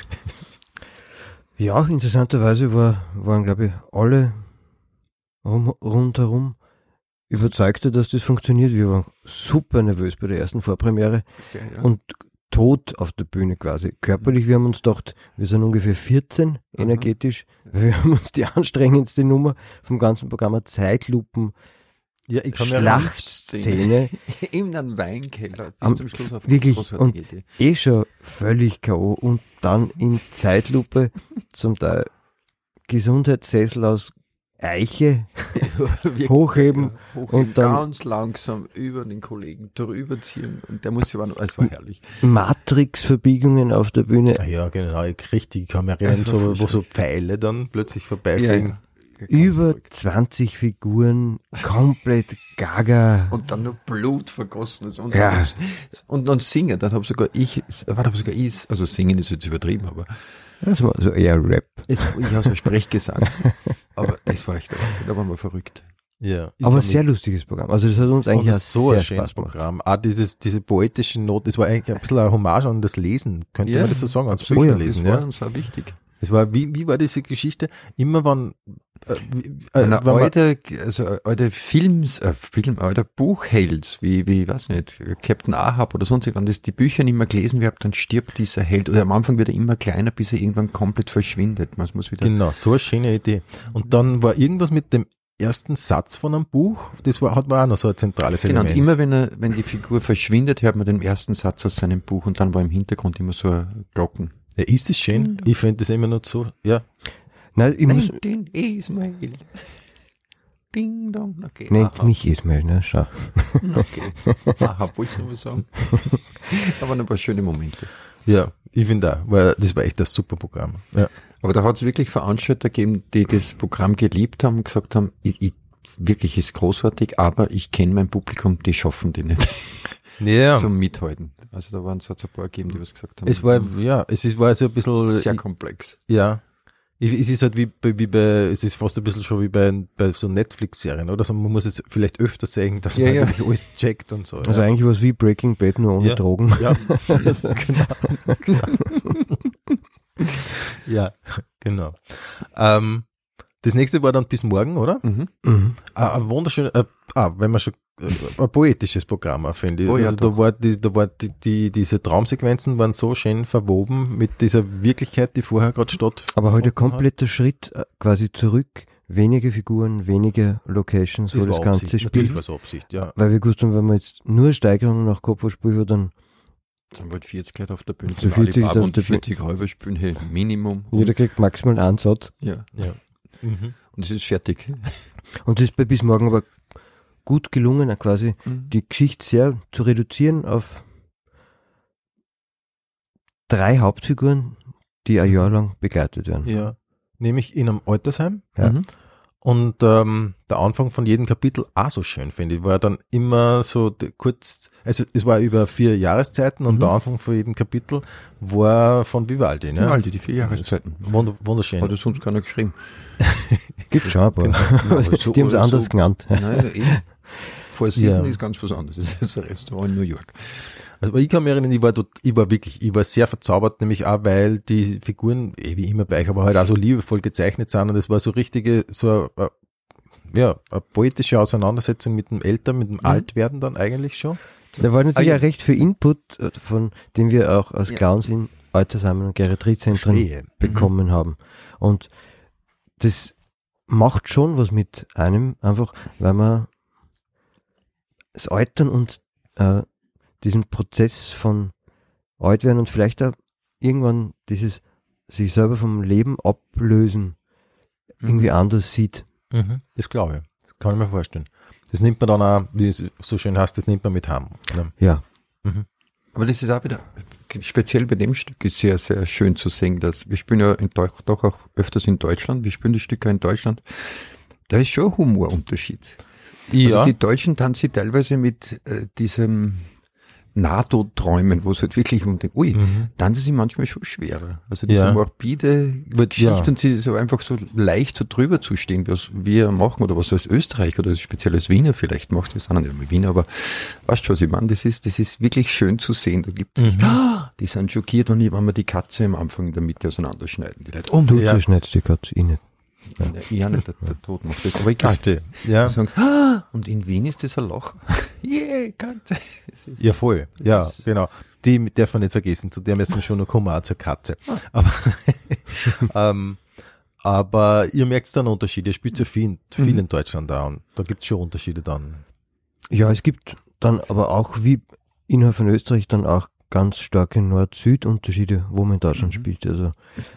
Ja, interessanterweise waren, glaube ich, alle rundherum überzeugte, dass das funktioniert. Wir waren super nervös bei der ersten Vorpremiere und tot auf der Bühne quasi. Körperlich, wir haben uns gedacht, wir sind ungefähr 14 energetisch. Wir haben uns die anstrengendste Nummer vom ganzen Programm, Zeitlupen, Schlachtszene in einem Weinkeller bis zum Schluss auf wirklich und schon völlig K.O. und dann in Zeitlupe zum Teil Gesundheitssessel aus Eiche hochheben und dann ganz langsam über den Kollegen drüber ziehen und der muss ja es war herrlich. Matrix-Verbiegungen auf der Bühne. Ja, genau, richtig. Ich kann mich erinnern, wo so Pfeile dann plötzlich vorbeifliegen. Ja. Über 20 Figuren, komplett gaga. Und dann nur Blut vergossen ist. Und dann singen, dann habe sogar ich, also singen ist jetzt übertrieben, aber das war so eher Rap. Ich habe so Sprechgesang, aber das war echt der Wahnsinn, da waren wir verrückt. Ja, aber sehr lustiges Programm. Also das hat uns eigentlich auch so sehr ein schönes Programm. Auch diese poetische Note, das war eigentlich ein bisschen ein Hommage an das Lesen. Könnte man das so sagen? Ans Bücherlesen, das war uns auch wichtig. Es war, wie war diese Geschichte? Immer wann, alte Buchhelds, wie, weiß nicht, Captain Ahab oder sonst irgendwas, die Bücher nicht mehr gelesen wird, dann stirbt dieser Held. Oder am Anfang wird er immer kleiner, bis er irgendwann komplett verschwindet. Man muss wieder. Genau, so eine schöne Idee. Und dann war irgendwas mit dem ersten Satz von einem Buch, hat man auch noch so ein zentrales Element. Genau, und immer wenn die Figur verschwindet, hört man den ersten Satz aus seinem Buch und dann war im Hintergrund immer so ein Glocken. Ja, ist das schön? Ich finde das immer noch so, ja. Nein, ich muss. Den Ismail. Ding dong. Okay. Nennt mich Ismail, ne? Schau. Okay. Aha, wollte ich noch was sagen. Da waren ein paar schöne Momente. Ja, ich finde auch, weil das war echt ein super Programm. Ja. Aber da hat es wirklich Veranstalter gegeben, die das Programm geliebt haben und gesagt haben, wirklich ist großartig, aber ich kenne mein Publikum, die schaffen die nicht. Ja. Zum Mithalten. Also da hat's ein paar gegeben, die was gesagt haben. Es war so ein bisschen sehr komplex. Ja. Es ist halt es ist fast ein bisschen schon wie bei so Netflix-Serien, oder? Also man muss es vielleicht öfter sehen, dass man alles checkt und so. Also eigentlich war es wie Breaking Bad, nur ohne Drogen. Ja, genau. Ja, genau. Das nächste war dann bis morgen, oder? Mhm. Ein wunderschön, wenn man schon ein poetisches Programm, finde ich. Oh, ja, also da war diese Traumsequenzen waren so schön verwoben mit dieser Wirklichkeit, die vorher gerade stattfindet. Aber heute kompletter Schritt quasi zurück, wenige Figuren, wenige Locations, wo das Ganze spielt. Natürlich war es Absicht, ja. Weil wir gewusst haben, wenn wir jetzt nur Steigerungen nach Kopfballspieler, dann sind wir 40 Leute auf der Bühne, zu 40 und 40 Räuber spielen, hey, Minimum. Jeder kriegt maximal einen Satz. Ja. Mhm. Und es ist fertig. Und es ist bei bis morgen aber gut gelungen, quasi die Geschichte sehr zu reduzieren auf 3 Hauptfiguren, die ein Jahr lang begleitet werden. Ja, nämlich in einem Altersheim. Ja. Und der Anfang von jedem Kapitel auch so schön, finde ich, war dann immer so kurz, also es war über 4 Jahreszeiten und der Anfang von jedem Kapitel war von Vivaldi. Ne? Vivaldi, die 4 Jahreszeiten. Wunderschön. Hat es uns keiner geschrieben. Gibt schon ein paar. Die haben es anders genannt. Nein, Four Seasons ist ganz was anderes. Das ist ein Restaurant in New York. Also ich kann mich erinnern, ich war sehr verzaubert, nämlich auch, weil die Figuren, wie immer bei euch, aber halt auch so liebevoll gezeichnet sind und es war so richtige, eine poetische Auseinandersetzung mit dem mit dem Altwerden dann eigentlich schon. Da war natürlich auch recht viel Input, von dem wir auch als Clowns in Altersheimen und Geriatriezentren bekommen haben. Und das macht schon was mit einem, einfach weil man das Altern und diesen Prozess von alt werden und vielleicht auch irgendwann dieses sich selber vom Leben ablösen irgendwie anders sieht. Das glaube ich. Das kann ich mir vorstellen. Das nimmt man dann auch, wie es so schön heißt, das nimmt man mit heim. Ne? Ja. Aber das ist auch wieder, speziell bei dem Stück ist sehr, sehr schön zu sehen, dass wir spielen ja doch auch öfters in Deutschland, wir spielen die Stücke in Deutschland, da ist schon ein Humorunterschied. Ja. Also die Deutschen tanzen teilweise mit diesem NATO-Träumen, wo es halt wirklich tanzen sie manchmal schon schwerer. Also diese morbide Geschichte und sie so einfach so leicht so drüber zu stehen, was wir machen oder was als Österreich oder speziell als Wiener vielleicht macht, wir sind nicht mehr Wiener, aber weißt du, was ich meine? Das ist wirklich schön zu sehen. Da gibt es die sind schockiert, wenn wir die Katze am Anfang in der Mitte auseinanderschneiden. Die Leute, Du schneidest die Katze, ich nicht. ich auch nicht, der Tod macht das, aber egal. Ja. Die sagen, und in Wien ist das ein Loch. Katze. Ja, voll. Ja, genau. Die darf man nicht vergessen, zu der müssen wir schon noch kommen, auch zur Katze. Aber ihr merkt dann Unterschiede. Ihr spielt ja viel in Deutschland da und da gibt es schon Unterschiede dann. Ja, es gibt dann aber auch wie innerhalb von Österreich dann auch ganz starke Nord-Süd-Unterschiede, wo man in Deutschland spielt. Also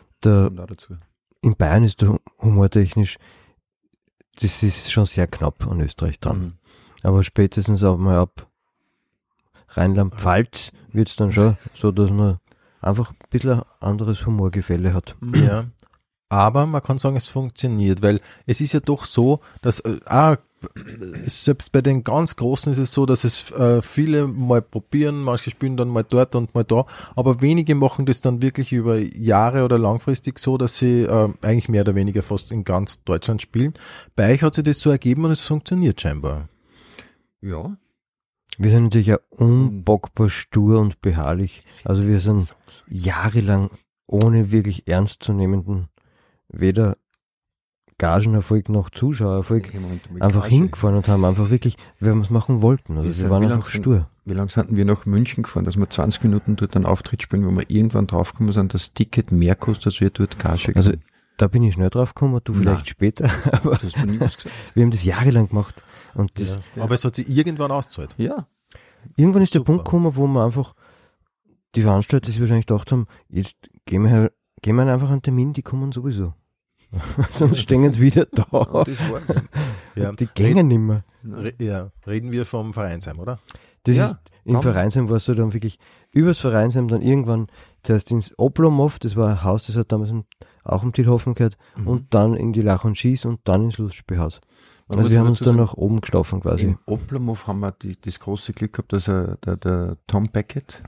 in Bayern ist der Humor technisch, das ist schon sehr knapp an Österreich dran. Aber spätestens auch mal ab Rheinland-Pfalz wird es dann schon so, dass man einfach ein bisschen ein anderes Humorgefälle hat. Ja. Aber man kann sagen, es funktioniert, weil es ist ja doch so, dass selbst bei den ganz Großen ist es so, dass es viele mal probieren, manche spielen dann mal dort und mal da, aber wenige machen das dann wirklich über Jahre oder langfristig so, dass sie eigentlich mehr oder weniger fast in ganz Deutschland spielen. Bei euch hat sich das so ergeben und es funktioniert scheinbar. Ja. Wir sind natürlich auch unbockbar stur und beharrlich. Also wir sind jahrelang ohne wirklich ernstzunehmenden weder Gagenerfolg noch Zuschauererfolg einfach hingefahren und haben einfach wirklich, weil wir es machen wollten. Also wir waren einfach stur. Wie lange sind wir nach München gefahren, dass wir 20 Minuten dort einen Auftritt spielen, wo wir irgendwann draufgekommen sind, dass das Ticket mehr kostet, als wir dort Gage Also da bin ich schnell draufgekommen, du vielleicht später. Aber das hast du nie was gesagt. Wir haben das jahrelang gemacht. Und das, Aber es hat sich irgendwann ausgezahlt. Ja. Irgendwann ist der Punkt gekommen, wo wir einfach, die Veranstalter sich wahrscheinlich gedacht haben, jetzt geben wir einfach einen Termin, die kommen sowieso. Sonst stehen sie wieder da. Das war's. Ja. Die gehen nicht mehr. Reden wir vom Vereinsheim, oder? Das ist, im Vereinsheim warst du dann wirklich übers Vereinsheim dann irgendwann zuerst ins Oblomov, das war ein Haus, das hat damals auch im Tilhofen gehört, und dann in die Lach und Schieß und dann ins Lustspielhaus. Also wir haben uns dann nach oben geschlafen quasi. Im Oblomov haben wir das große Glück gehabt, dass der Tom Beckett,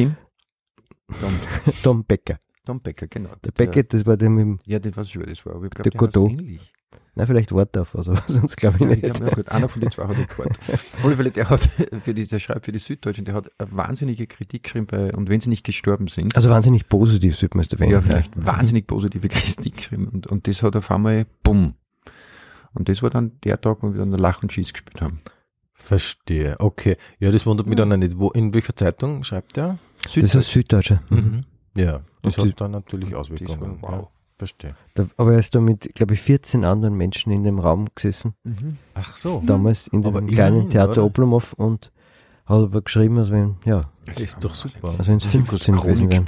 Tom Becker. Tom Becker, genau. Der Beckett, das war der mit dem... Ja, das weiß ich, wer das war, aber ich glaube, der der heißt Godot. ähnlich. Nein, vielleicht Wortdorf, also sonst glaube ich nicht. Ich glaub, ja, gut, einer von den zwei hat er gehört. Auf alle Fälle, der schreibt für die Süddeutschen, der hat eine wahnsinnige Kritik geschrieben und wenn sie nicht gestorben sind. Also wahnsinnig positiv, sollte man es erwähnen. Ja, vielleicht wahnsinnig positive Kritik geschrieben und das hat auf einmal, bumm. Und das war dann der Tag, wo wir dann Lach und Schieß gespielt haben. Verstehe, okay. Ja, das wundert mich dann nicht. In welcher Zeitung schreibt der? Das ist Süddeutsche. Ja, das und hat dann natürlich Auswirkungen. Wow. Ja, verstehe. Aber er ist da mit, glaube ich, 14 anderen Menschen in dem Raum gesessen. Ach so. Damals in dem Aber kleinen immerhin, Theater oder? Oblomov und hat aber geschrieben, als wenn, Das ist doch super. als wenn es 15 gewesen wären.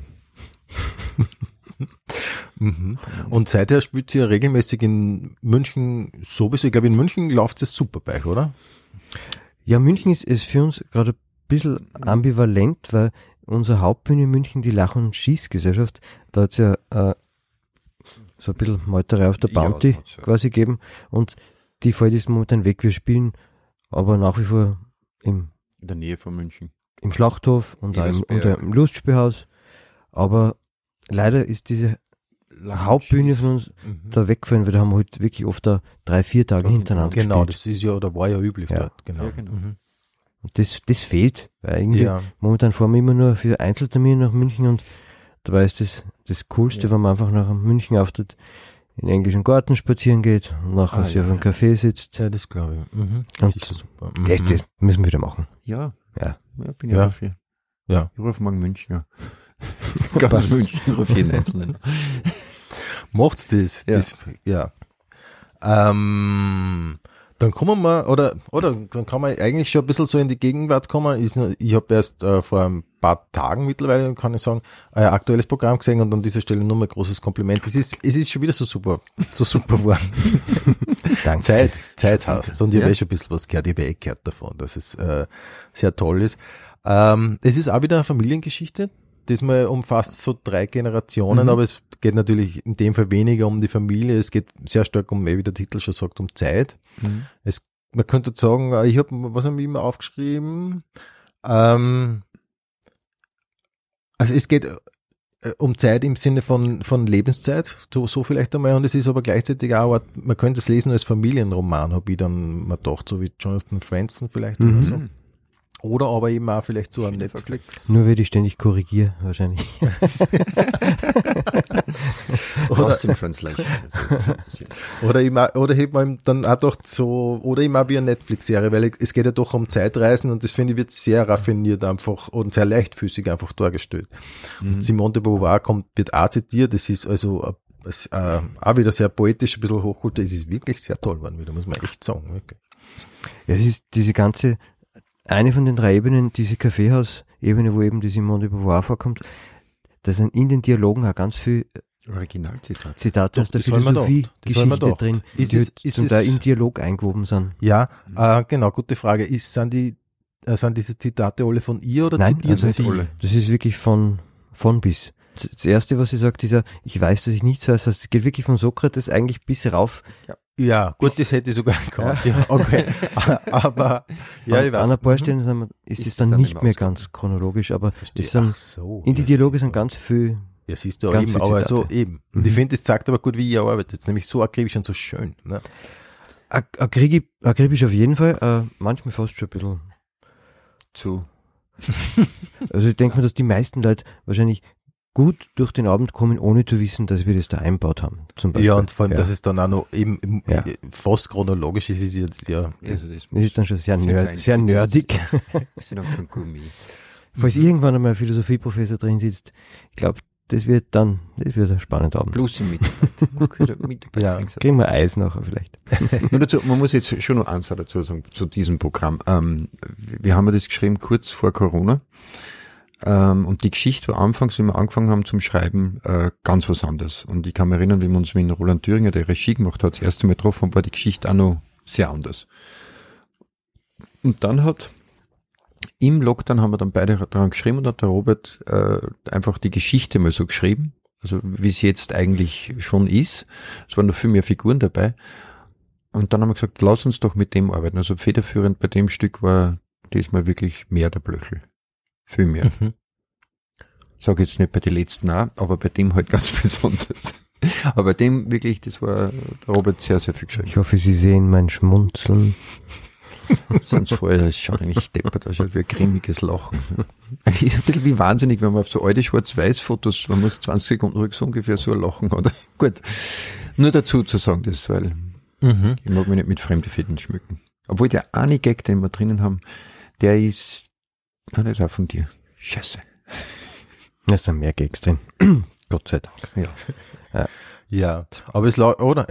Und seither spielt ihr ja regelmäßig in München sowieso. Ich glaube, in München läuft es super bei euch, oder? Ja, München ist für uns gerade ein bisschen ambivalent, weil unsere Hauptbühne in München, die Lach- und Schießgesellschaft, da hat es ja so ein bisschen Meuterei auf der Bounty quasi gegeben und die fällt jetzt momentan weg. Wir spielen aber nach wie vor In der Nähe von München. im Schlachthof und auch Ebersberg. im Lustspielhaus, aber leider ist diese Hauptbühne von uns da weggefallen, weil da haben wir halt wirklich oft da 3-4 Tage hintereinander Genau, gespielt. das ist ja, oder war ja üblich Ja. dort. Genau. Ja, genau. Und das fehlt, weil irgendwie Ja. momentan fahren wir immer nur für Einzeltermine nach München und dabei ist das Coolste, wenn man einfach nach einem München-Auftritt in den englischen Garten spazieren geht und nachher sich auf einem Café sitzt. Ja, das glaube ich. Das Und ist ja super. Das müssen wir wieder machen. Ja. Ja. Bin ich Ja. dafür. Ja. Ich rufe morgen München an. Ganz München, ich rufe jeden Einzelnen. Macht's das? Ja. Das ja. Dann kommen wir, oder dann kann man eigentlich schon ein bisschen so in die Gegenwart kommen. Ich habe erst vor ein paar Tagen mittlerweile, kann ich sagen, ein aktuelles Programm gesehen und an dieser Stelle nur mal ein großes Kompliment. Es ist schon wieder so super geworden. Danke. Zeit hast. Und ich habe schon ein bisschen was gehört, ich habe gehört davon, dass es sehr toll ist. Es ist auch wieder eine Familiengeschichte. Diesmal umfasst so 3 Generationen, aber es geht natürlich in dem Fall weniger um die Familie, es geht sehr stark um, wie der Titel schon sagt, um Zeit. Man könnte sagen, was haben wir immer aufgeschrieben? Also es geht um Zeit im Sinne von Lebenszeit, so vielleicht einmal, und es ist aber gleichzeitig auch, man könnte es lesen als Familienroman, habe ich dann mal gedacht, so wie Jonathan Franzen vielleicht oder so. Oder aber eben auch vielleicht so ein Netflix. Nur weil ich ständig korrigiere, wahrscheinlich. Lost in Translation. Oder eben dann auch doch so, oder eben auch wie eine Netflix-Serie, weil es geht ja doch um Zeitreisen und das finde ich wird sehr raffiniert einfach und sehr leichtfüßig einfach dargestellt. Und Simone de Beauvoir wird auch zitiert, das ist also auch wieder sehr poetisch, ein bisschen hochkultur, es ist wirklich sehr toll geworden wieder, muss man echt sagen. Wirklich. Ja, es ist diese ganze, eine von den 3 Ebenen, diese Kaffeehaus-Ebene, wo eben die Simone de Beauvoir vorkommt, da sind in den Dialogen auch ganz viel Zitate aus der Philosophie-Geschichte drin, die zum Teil im Dialog eingewoben sind. Ja, genau, gute Frage. Sind diese Zitate alle von ihr oder Nein, zitiert also sie? Das ist wirklich von bis. Das Erste, was sie sagt, ist ja, ich weiß, dass ich nichts weiß. Also es geht wirklich von Sokrates eigentlich bis rauf. Ja, gut, das hätte ich sogar gekannt, ja, okay. Aber, ja, ich weiß. An ein paar Stellen ist es dann nicht mehr ganz chronologisch, aber in die Dialoge sind ganz viel. Ja, siehst du, eben, aber so eben. Und ich finde, das zeigt aber gut, wie ihr arbeitet. Nämlich so akribisch und so schön. Ne? Akribisch auf jeden Fall, manchmal fast schon ein bisschen zu. Also ich denke mir, dass die meisten Leute wahrscheinlich gut durch den Abend kommen, ohne zu wissen, dass wir das da einbaut haben. Zum Beispiel. Ja, und vor allem, dass es dann auch noch eben fast chronologisch ist, Also das ist dann schon sehr nerdig. Falls irgendwann einmal ein Philosophieprofessor drin sitzt, ich glaube, das wird ein spannender Abend. Plus im Mitarbeit. Ja, kriegen wir Eis nachher vielleicht. Nur dazu, man muss jetzt schon noch eins dazu sagen, zu diesem Programm. Wir haben ja das geschrieben kurz vor Corona. Und die Geschichte war anfangs, wie wir angefangen haben zum Schreiben, ganz was anderes. Und ich kann mich erinnern, wie wir uns mit Roland Thüringer, der Regie gemacht hat, das erste Mal getroffen haben, war die Geschichte auch noch sehr anders. Und dann im Lockdown haben wir dann beide daran geschrieben und hat der Robert einfach die Geschichte mal so geschrieben, also wie es jetzt eigentlich schon ist. Es waren noch viel mehr Figuren dabei. Und dann haben wir gesagt, lass uns doch mit dem arbeiten. Also federführend bei dem Stück war diesmal wirklich mehr der Blöchel. Viel mehr. Ich sage jetzt nicht bei den letzten auch, aber bei dem halt ganz besonders. Aber bei dem wirklich, das war der Robert sehr, sehr viel geschrieben. Ich hoffe, Sie sehen mein Schmunzeln. Sonst vorher, das schaut eigentlich deppert, das schaut wie ein grimmiges Lachen. Ein bisschen wie wahnsinnig, wenn man auf so alte Schwarz-Weiß-Fotos, man muss 20 Sekunden ruhig so ungefähr so ein Lachen, oder? Gut. Nur dazu zu sagen, das, weil ich mag mich nicht mit fremden Fäden schmücken. Obwohl der eine Gag, den wir drinnen haben, der ist auch von dir. Scheiße. Da sind mehr Gags drin. Gott sei Dank. Ja, aber es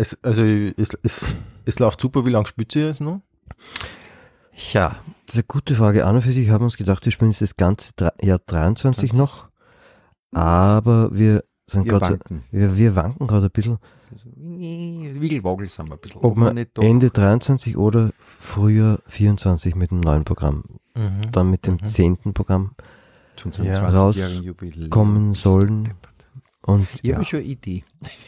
läuft super. Wie lange spielt ihr es noch? Ja, das ist eine gute Frage. An und für sich haben wir uns gedacht, wir spielen das ganze Jahr 23 noch. Aber wir sind gerade wir wanken gerade ein bisschen. Wiegelwagel sind wir ein bisschen. Ob wir nicht Ende 23 oder Frühjahr 24 mit dem neuen Programm, dann mit dem 10. Programm rauskommen sollen. Und ich habe schon eine Idee.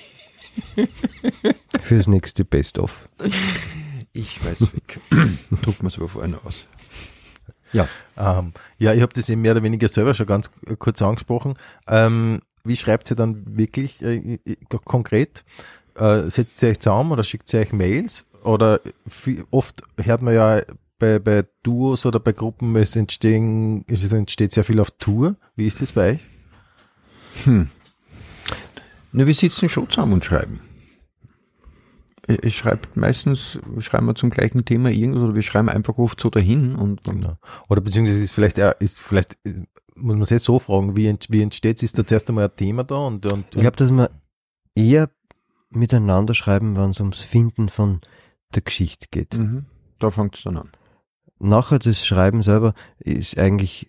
Fürs nächste Best-of. Ich schmeiß weg. Drucken wir es aber vorhin aus. Ja. Ja, ich habe das eben mehr oder weniger selber schon ganz kurz angesprochen. Wie schreibt ihr dann wirklich konkret? Setzt ihr euch zusammen oder schickt ihr euch Mails? Oder oft hört man ja bei Duos oder bei Gruppen, es entsteht sehr viel auf Tour. Wie ist das bei euch? Na, wir sitzen schon zusammen und schreiben. Schreiben wir zum gleichen Thema irgendwas oder wir schreiben einfach oft so dahin und genau. Oder beziehungsweise ist vielleicht muss man sich so fragen, wie entsteht es? Ist da zuerst einmal ein Thema da und ich glaube, dass wir eher miteinander schreiben, wenn es ums Finden von der Geschichte geht. Da fängt es dann an. Nachher das Schreiben selber ist eigentlich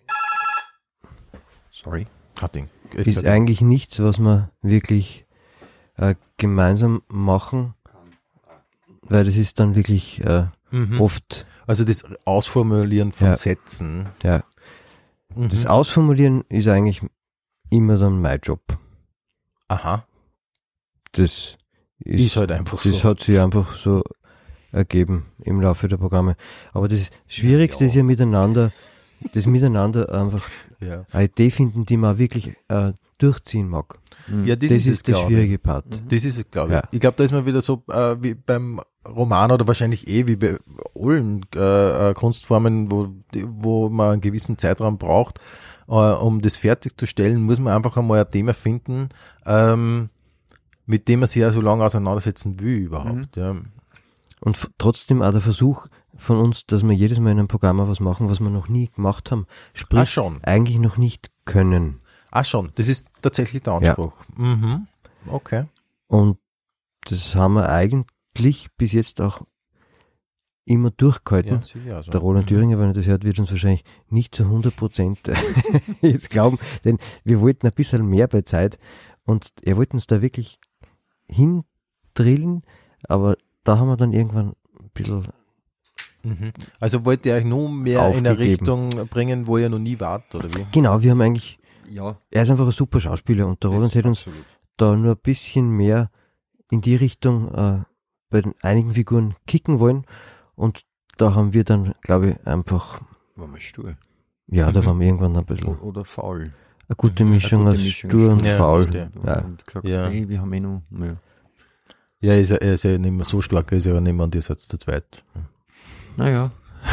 Cutting. ist eigentlich nichts, was wir wirklich gemeinsam machen, weil das ist dann wirklich oft, Also das Ausformulieren von Ja. Sätzen. ja, das Ausformulieren ist eigentlich immer dann mein Job. Aha. Das Ist halt einfach das so. hat sich einfach so ergeben im Laufe der Programme. Aber das Schwierigste ist ja miteinander einfach Ja, eine Idee finden, die man wirklich durchziehen mag. ja Das ist der glaube ich. schwierige Part. Das ist es, glaube ich. Ja. Ich glaube, da ist man wieder so wie beim Roman oder wahrscheinlich wie bei allen Kunstformen, wo man einen gewissen Zeitraum braucht, um das fertigzustellen, muss man einfach einmal ein Thema finden, mit dem man sich ja so lange auseinandersetzen will überhaupt. Ja. Und trotzdem auch der Versuch von uns, dass wir jedes Mal in einem Programm auch was machen, was wir noch nie gemacht haben. Sprich, Ah, schon. eigentlich noch nicht können. Schon. Das ist tatsächlich der Anspruch. Mhm. Okay. Und das haben wir eigentlich bis jetzt auch immer durchgehalten. Ja, sicher. Also. Der Roland Thüringer, wenn er das hört, wird uns wahrscheinlich nicht zu 100% jetzt glauben, denn wir wollten ein bisschen mehr bei Zeit und er wollte uns da wirklich hindrillen, aber da haben wir dann irgendwann ein bisschen, Also wollt ihr euch nur mehr in eine Aufgegeben. Richtung bringen, wo ihr noch nie wart, oder wie? genau, wir haben eigentlich, Ja. er ist einfach ein super Schauspieler und der Roland hätte uns da nur ein bisschen mehr in die Richtung bei den einigen Figuren kicken wollen und da haben wir dann, glaube ich, einfach, War mal stur. ja, da waren wir irgendwann ein bisschen Oder faul. eine gute Mischung Eine aus gute Mischung stur und Ja, faul. verstehe. Ja. Und gesagt, Ja. hey, wir haben noch. Ja. Ja, er ist ja nicht mehr so stark, er ist ja nicht mehr an dir Satz zu zweit. Naja.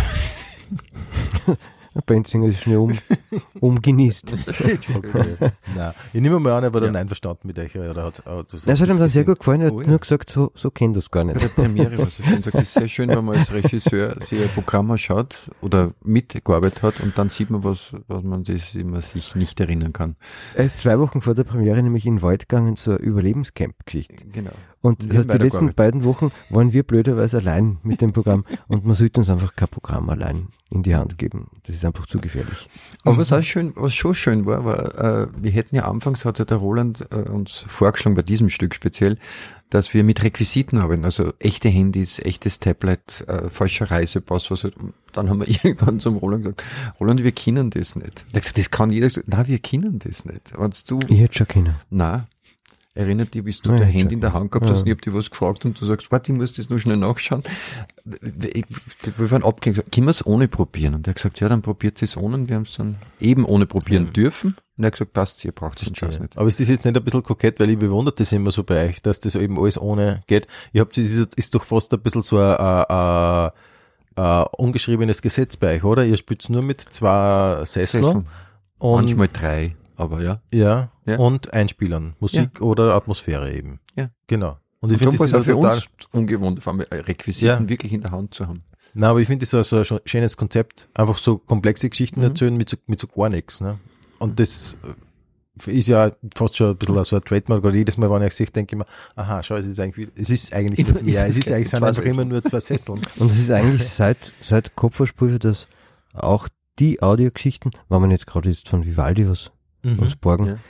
Der Benzinger ist schnell umgenießt. Nein, ich nehme mal an, er war dann einverstanden mit euch. Oder hat Das hat ihm dann sehr gut gefallen. Er hat Oh ja. nur gesagt, so kennt das gar Bei nicht. der Premiere war es so schön. Sagt, es ist sehr schön, wenn man als Regisseur sich ein Programm anschaut oder mitgearbeitet hat und dann sieht man was man sich nicht erinnern kann. Er ist 2 Wochen vor der Premiere nämlich in den Wald gegangen zur Überlebenscamp-Geschichte. Genau. Und Und das wir heißt, die haben letzten weitergearbeitet. beiden Wochen waren wir blöderweise allein mit dem Programm und man sollte uns einfach kein Programm allein in die Hand geben. Das ist einfach zu gefährlich. Aber was schon schön war, wir hätten ja anfangs, hat ja der Roland uns vorgeschlagen, bei diesem Stück speziell, dass wir mit Requisiten arbeiten, also echte Handys, echtes Tablet, falscher Reisepass, was halt. Dann haben wir irgendwann zum Roland gesagt, Roland, wir können das nicht. Er hat gesagt, das kann jeder. Nein, wir können das nicht. Wenn's du, Ich hätte schon können. nein. Erinnert dich, bis du Ja, dein ja, Handy in der Hand gehabt hast ja. und ich hab dir was gefragt und du sagst, warte, ich muss das nur schnell nachschauen. Wir waren abgelenkt, können wir es ohne probieren? Und er hat gesagt, ja, dann probiert es ohne und wir haben es dann eben ohne probieren dürfen. Und er hat gesagt, passt, ihr braucht den Scheiß nicht. Aber ist das jetzt nicht ein bisschen kokett, weil ich bewundere das immer so bei euch, dass das eben alles ohne geht. Ich hab, das ist doch fast ein bisschen so ein ungeschriebenes Gesetz bei euch, oder? Ihr spielt nur mit 2 Sesseln und, Manchmal 3, aber ja. ja, Ja. und Einspielern, Musik oder Atmosphäre eben. Ja. Genau. Und ich Und finde, darum das war ist es auch ja für total, uns ungewohnt, auf einmal Requisiten wirklich in der Hand zu haben. nein, aber ich finde, das ist so ein schönes Konzept. Einfach so komplexe Geschichten erzählen mit so gar nichts, ne? Und das ist ja fast schon ein bisschen so ein Trademark, oder jedes Mal, wenn ich sehe, denke ich mir, aha, schau, es ist eigentlich nicht mehr. Es ist eigentlich sind einfach immer nur 2 Sesseln. Und es ist eigentlich seit Kopfverspulver, dass auch die Audiogeschichten, wenn wir nicht gerade jetzt von Vivaldi was uns borgen, Ja.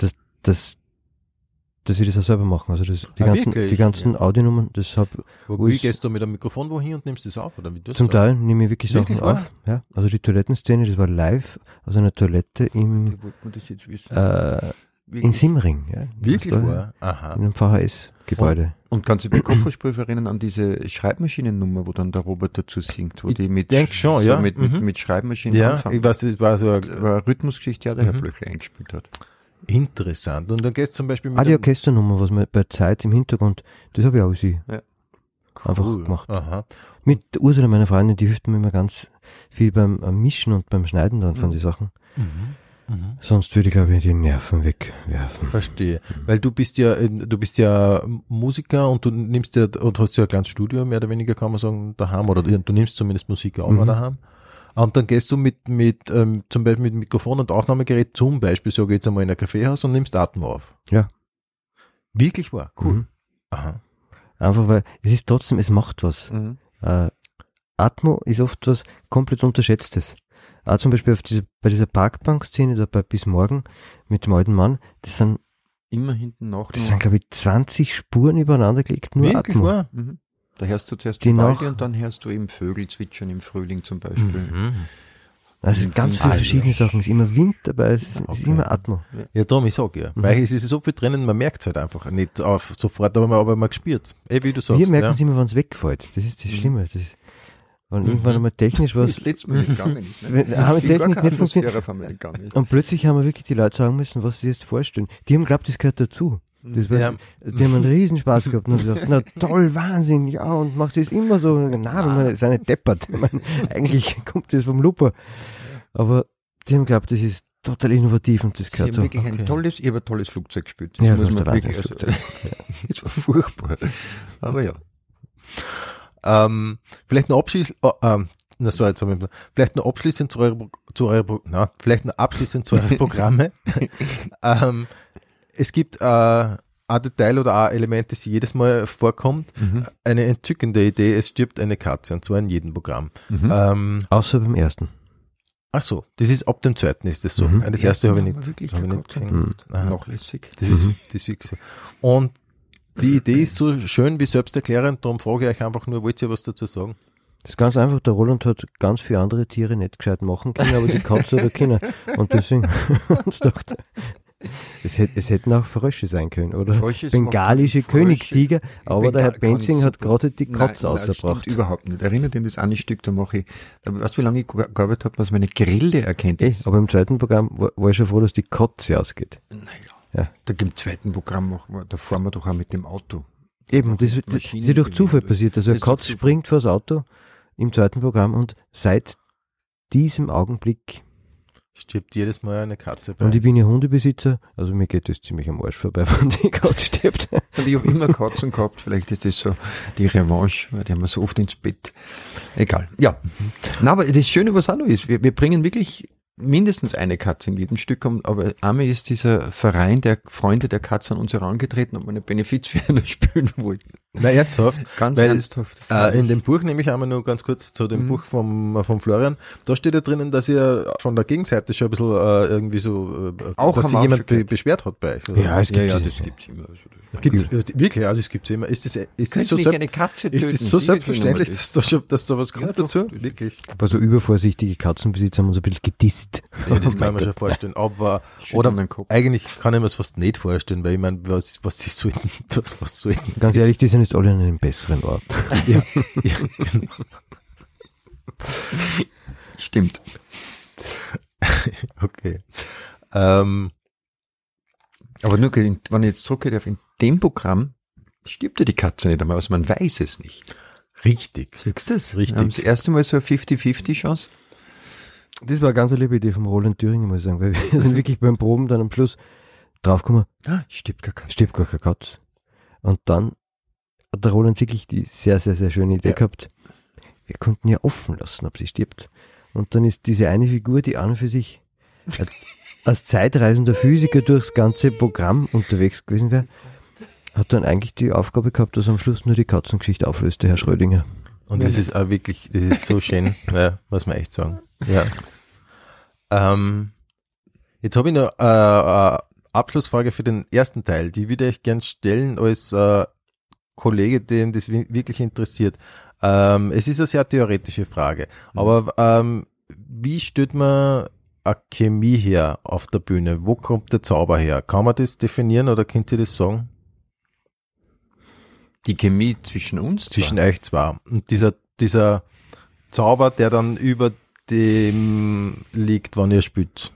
dass wir das auch selber machen. Also Wirklich? die ganzen Audionummern, das habe Wie gehst du mit einem Mikrofon wohin und nimmst das auf? Oder wie tust zum du? Teil nehme ich wirklich Sachen Wirklich auf. wahr? Ja, also die Toilettenszene, das war live aus einer Toilette im Wie wollte man das jetzt wissen? in Simmering. Ja. Wirklich Das war wahr? Aha. in einem VHS-Gebäude. Und kannst du bei Kopfversprüche erinnern an diese Schreibmaschinennummer, wo dann der Robert dazu singt, wo Ich die mit, denk schon, ja. mit Schreibmaschinen Ja, anfangen? ich weiß, das war so Das war eine Rhythmusgeschichte, ja, der Herr Blöchler eingespielt hat. interessant. Und dann gehst du zum Beispiel mit Die Orchesternummer, was man bei Zeit im Hintergrund, das habe ich auch sie einfach gemacht. Aha. Mit der Ursula, meiner Freundin, die hilft mir immer ganz viel beim Mischen und beim Schneiden dann von den Sachen. Sonst würde ich, glaube ich, die Nerven wegwerfen. Verstehe. Weil du bist ja Musiker und du nimmst ja und hast ja ein kleines Studio, mehr oder weniger kann man sagen, daheim, oder du nimmst zumindest Musik auf daheim. Und dann gehst du mit zum Beispiel mit Mikrofon und Aufnahmegerät zum Beispiel, sage ich jetzt einmal, in ein Kaffeehaus und nimmst Atmo auf. Ja. Wirklich wahr? Cool. Mhm. Aha. Einfach weil es ist trotzdem, es macht was. Atmo ist oft was komplett Unterschätztes. Auch zum Beispiel bei dieser Parkbank-Szene da bei Bis Morgen mit dem alten Mann, das sind immer hinten nach. Das sind, glaube ich, 20 Spuren übereinander gelegt, nur Wirklich Atmo. wahr? Da hörst du zuerst Die die noch- Walde und dann hörst du eben Vögel zwitschern im Frühling zum Beispiel. Also es sind ganz viele verschiedene Sachen. Es ist immer Wind dabei, es ist Okay. immer Atmo. Ja, darum, ich sag ja. Weil es ist so viel drinnen, man merkt es halt einfach nicht auf sofort, aber man gespürt. Wie du sagst. Wir merken ja. es immer, wenn es wegfällt. Das ist das Schlimme. Das ist, wenn irgendwann einmal technisch was, Das letzte Mal nicht gegangen ist. Ne? Wenn- haben die Ich bin gar Technik keine nicht funktioniert. Atmosphäre auf einmal gegangen ist. und plötzlich haben wir wirklich die Leute sagen müssen, was sie jetzt vorstellen. Die haben geglaubt, das gehört dazu. Das war, Ja. Die haben einen Riesenspaß gehabt und haben gesagt, na toll, Wahnsinn, ja, und macht das immer so. Na, das ist eine deppert. Ich meine, eigentlich kommt das vom Luper. Aber die haben geglaubt, das ist total innovativ und das Sie gehört haben so. wirklich Okay. ich habe ein tolles Flugzeug gespielt. Das Ja, muss das man ist der wirklich, Wahnsinn, es war furchtbar. Aber ja. Vielleicht noch abschließend, vielleicht noch abschließend zu euren Programme. Es gibt ein Detail oder ein Element, das jedes Mal vorkommt. Eine entzückende Idee, es stirbt eine Katze, und zwar in jedem Programm. Außer beim ersten. Ach so, das ist ab dem zweiten ist das so. Mhm. Das erste habe ich Haben wir nicht, wirklich habe ich nicht gehabt, gesehen. Aha. Nachlässig. Das ist wirklich so. Und die Idee ist so schön wie selbsterklärend, darum frage ich euch einfach nur, wollt ihr was dazu sagen? Das ist ganz einfach, der Roland hat ganz viele andere Tiere nicht gescheit machen können, aber die Katze oder Kinder. Und deswegen uns dachte, es hätten auch Frösche sein können, oder? Frösche Bengalische macht- Frösche- Königstiger, aber der Herr Bengal kann Benzing hat super. gerade die Katze Nein, ausgebracht. stimmt überhaupt nicht. Erinnert in das eine Stück, da mache ich, weißt du, wie lange ich gearbeitet habe, was meine Grille erkennt. Aber im zweiten Programm war ich schon froh, dass die Katze ausgeht. Naja, Ja. da im zweiten Programm machen wir, da fahren wir doch auch mit dem Auto. Eben, das ist Maschinen- ja durch Zufall passiert. Also Das eine ist durch Katze Zufall. springt vors Auto im zweiten Programm und seit diesem Augenblick, Stirbt jedes Mal eine Katze bei. und ich bin ja Hundebesitzer, also mir geht das ziemlich am Arsch vorbei, wenn die Katze stirbt. Und ich habe immer Katzen gehabt, vielleicht ist das so die Revanche, weil die haben wir so oft ins Bett. Egal. Ja. Na, aber das Schöne, was auch noch ist, wir bringen wirklich mindestens eine Katze in jedem Stück, aber einmal ist dieser Verein der Freunde der Katze an uns herangetreten und eine Benefiz für eine spielen wollten. Na, ernsthaft. Ganz Weil, ernsthaft. Das In dem Buch, nämlich einmal nur ganz kurz zu dem Buch vom Florian, da steht ja drinnen, dass ihr von der Gegenseite schon ein bisschen irgendwie so, Auch dass haben sich wir jemand auch schon gehört. beschwert hat bei euch. oder? Ja, es gibt ja, diese- das gibt's immer. Also das Gibt's, wirklich, also es gibt immer. Ist das Kannst so, du nicht eine Katze töten? ist das so Sicher selbstverständlich, tun wir dass da was kommt Ja, doch, dazu? das- Wirklich. Aber so übervorsichtige Katzenbesitzer haben uns ein bisschen gedisst. Ja, das Oh kann mein man schon Gott. vorstellen. Aber, Schütteln oder den Kopf. eigentlich kann ich mir das fast nicht vorstellen, weil ich meine, was sie sollten, was sollten. Ganz ehrlich, die sind jetzt alle an einem besseren Ort. ja, ja, genau. Stimmt. Okay. Aber nur, wenn ich jetzt zurückgehe darf, in dem Programm stirbt ja die Katze nicht einmal, also man weiß es nicht. Richtig. Siehst du das? Richtig. Wir haben das erste Mal so eine 50-50 Chance. Das war eine ganz liebe Idee vom Roland Thüringen, muss ich sagen, weil wir sind wirklich beim Proben dann am Schluss draufgekommen, Stirbt gar keine. stirbt gar keine Katze. Und dann hat der Roland wirklich die sehr, sehr, sehr schöne Idee gehabt. Wir konnten ja offen lassen, ob sie stirbt. Und dann ist diese eine Figur, die an und für sich als zeitreisender Physiker durchs ganze Programm unterwegs gewesen wäre, hat dann eigentlich die Aufgabe gehabt, dass am Schluss nur die Katzengeschichte auflöst, der Herr Schrödinger. Und das ist auch wirklich, das ist so schön, ja, muss man echt sagen. Ja. Jetzt habe ich noch eine Abschlussfrage für den ersten Teil, die würde ich gern stellen als Kollege, den das wirklich interessiert. Es ist eine sehr theoretische Frage, aber wie stellt man eine Chemie her auf der Bühne? Wo kommt der Zauber her? Kann man das definieren oder könnt ihr das sagen? Die Chemie zwischen uns Zwischen euch zwei. Und dieser Zauber, der dann über dem liegt, wann ihr spielt.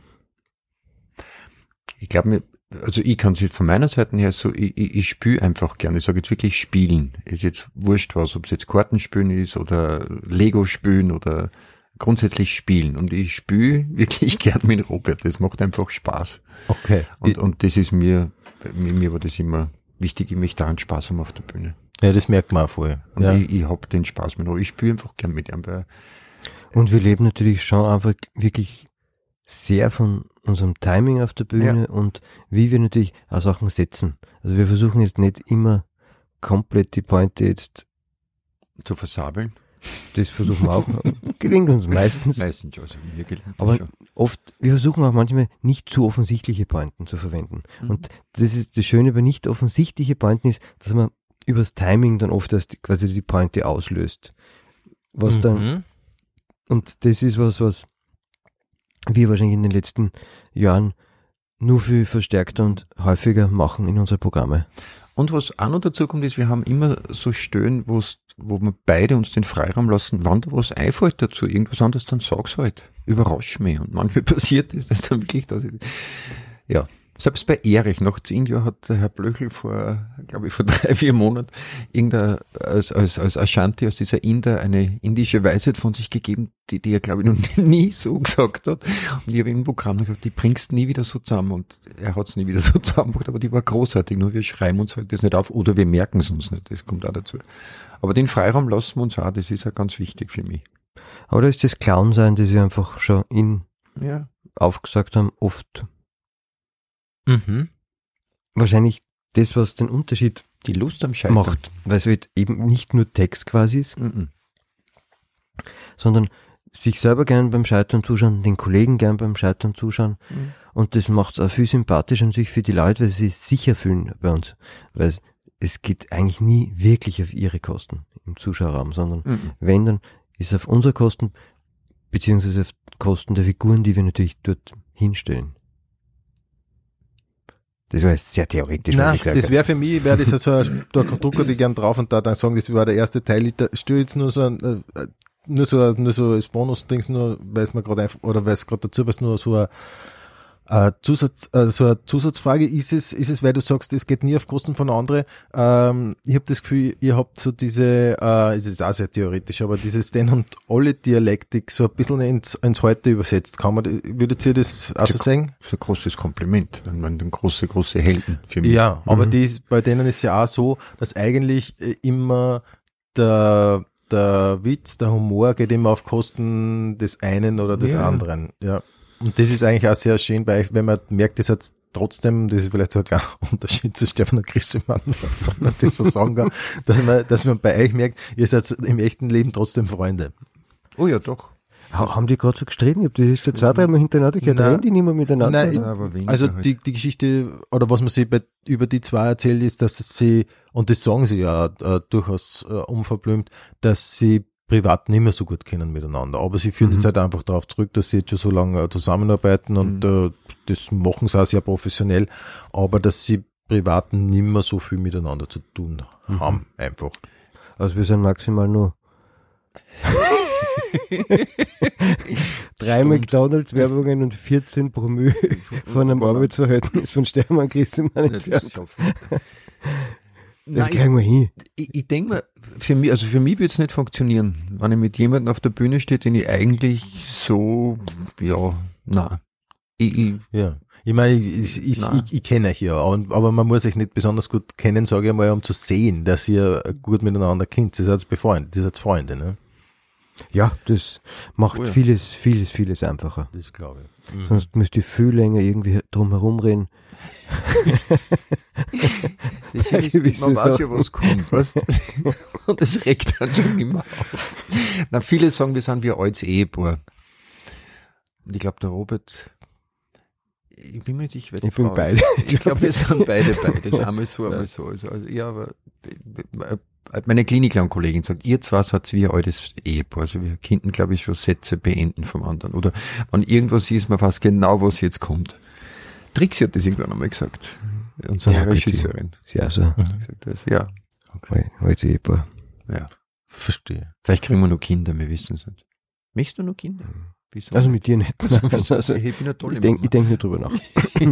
Ich glaube, also ich kann es von meiner Seite her so, ich spiele einfach gerne. Ich sage jetzt wirklich spielen. Ist jetzt wurscht was, ob es jetzt Kartenspielen ist oder Lego spielen oder grundsätzlich spielen. Und ich spiele wirklich gern mit Robert. Das macht einfach Spaß. Okay. Und das ist mir war das immer wichtig. Ich möchte daran Spaß haben auf der Bühne. Ja, das merkt man auch voll. Und Ja. ich hab den Spaß mit Robert. Ich spiele einfach gern mit ihm, weil Und wir leben natürlich schon einfach wirklich sehr von unserem Timing auf der Bühne und wie wir natürlich auch Sachen setzen. Also wir versuchen jetzt nicht immer komplett die Pointe jetzt Zu versabeln. das versuchen wir auch. Gelingt uns meistens. Meistens schon, also mir gelingt das Aber schon. wir versuchen auch manchmal nicht zu offensichtliche Pointen zu verwenden. Und das ist das Schöne bei nicht offensichtliche Pointen ist, dass man übers Timing dann oft erst quasi die Pointe auslöst. Was dann, und das ist was wir wahrscheinlich in den letzten Jahren nur viel verstärkter und häufiger machen in unsere Programme. Und was auch noch dazu kommt, ist, wir haben immer so Stellen, wo wir beide uns den Freiraum lassen, wann da was einfällt dazu, irgendwas anderes, dann sag's halt. Überrasch mich. Und manchmal passiert ist das dann wirklich, dass ich, ja. Selbst bei Erich, nach 10 Jahren hat der Herr Blöchel vor 3-4 Monaten als Ashanti aus dieser Inder eine indische Weisheit von sich gegeben, die er, glaube ich, noch nie so gesagt hat. Und ich habe im Programm gesagt, die bringst nie wieder so zusammen. Und er hat es nie wieder so zusammengebracht, aber die war großartig. Nur wir schreiben uns halt das nicht auf oder wir merken es uns nicht. Das kommt auch dazu. Aber den Freiraum lassen wir uns auch, das ist ja ganz wichtig für mich. Aber da ist das Clown-Sein, das wir einfach schon aufgesagt haben, oft wahrscheinlich das, was den Unterschied Die Lust am Scheitern macht, weil es halt eben nicht nur Text quasi ist, sondern sich selber gern beim Scheitern zuschauen, den Kollegen gern beim Scheitern zuschauen und das macht es auch viel sympathischer und sich für die Leute, weil sie sich sicher fühlen bei uns, weil es geht eigentlich nie wirklich auf ihre Kosten im Zuschauerraum, sondern wenn, dann ist es auf unsere Kosten beziehungsweise auf Kosten der Figuren, die wir natürlich dort hinstellen. Das war jetzt sehr theoretisch. Nein, das wäre für mich, wäre das ja so ein Drucker, die gern drauf und da dann sagen, das war der erste Teil. Ich stelle jetzt nur so als Bonus-Dings, nur weil es mir gerade einfach, oder weil es gerade dazu passt, nur so eine Zusatzfrage. Ist es, weil du sagst, es geht nie auf Kosten von anderen. Ich habe das Gefühl, ihr habt so diese, es ist auch sehr theoretisch, aber dieses Den und alle Dialektik so ein bisschen ins Heute übersetzt. Würdet ihr das auch so sagen? Das ist ein großes Kompliment. Ich meine, große Helden für mich. Ja, aber bei denen ist ja auch so, dass eigentlich immer der Witz, der Humor geht immer auf Kosten des einen oder des anderen. Ja. Und das ist eigentlich auch sehr schön bei euch, wenn man merkt, das hat trotzdem, das ist vielleicht so ein kleiner Unterschied zu Stefan und Grissemann, wenn man das so sagen kann, dass man bei euch merkt, ihr seid im echten Leben trotzdem Freunde. Oh ja, doch. Haben die gerade so gestritten? Ich habe das schon 2-3 Mal hintereinander gehört, reden die nicht mehr miteinander? Nein, also die Geschichte, oder was man sich über die zwei erzählt, ist, dass sie, und das sagen sie ja durchaus unverblümt, dass sie privat nicht mehr so gut kennen miteinander. Aber sie führen jetzt halt einfach darauf zurück, dass sie jetzt schon so lange zusammenarbeiten und das machen sie auch sehr professionell, aber dass sie privat nicht mehr so viel miteinander zu tun haben, einfach. Also wir sind maximal nur 3 McDonalds-Werbungen und 14 Promille von einem Arbeitsverhältnis von Stefan Grissemann entfernt. Das kriegen wir hin. Ich denke mal, für mich würde es nicht funktionieren, wenn ich mit jemandem auf der Bühne stehe, den ich eigentlich so, Ich meine, ich kenne euch ja, aber man muss euch nicht besonders gut kennen, sage ich mal, um zu sehen, dass ihr gut miteinander kennt. Ihr seid befreundet, ihr seid Freunde, ne? Ja, das macht vieles einfacher. Das glaube ich. Sonst müsst ihr viel länger irgendwie drum herum reden. Man weiß ja, was kommt, weißt? Und das regt dann schon immer auf. Na, viele sagen, wir sind wie ein altes Ehepaar. Und ich glaube, der Robert, ich bin mir nicht sicher, ich bin beide. Ich glaube, wir sind beide. Das einmal so, einmal so. Also, ja, aber meine Kliniklang-Kollegin sagt, ihr zwei seid wie ein altes Ehepaar. Also wir könnten, glaube ich, schon Sätze beenden vom anderen. Oder wenn irgendwas ist, man weiß genau, was jetzt kommt. Trixie hat das irgendwann einmal gesagt. Unsere Regisseurin. Ja, so. Ja. Okay. Altes Ehepaar. Ja. Verstehe. Vielleicht kriegen wir noch Kinder, wir wissen es nicht. Möchtest du noch Kinder? Wieso? Also mit dir nicht. Also, ich bin eine tolle ich denke nicht drüber nach.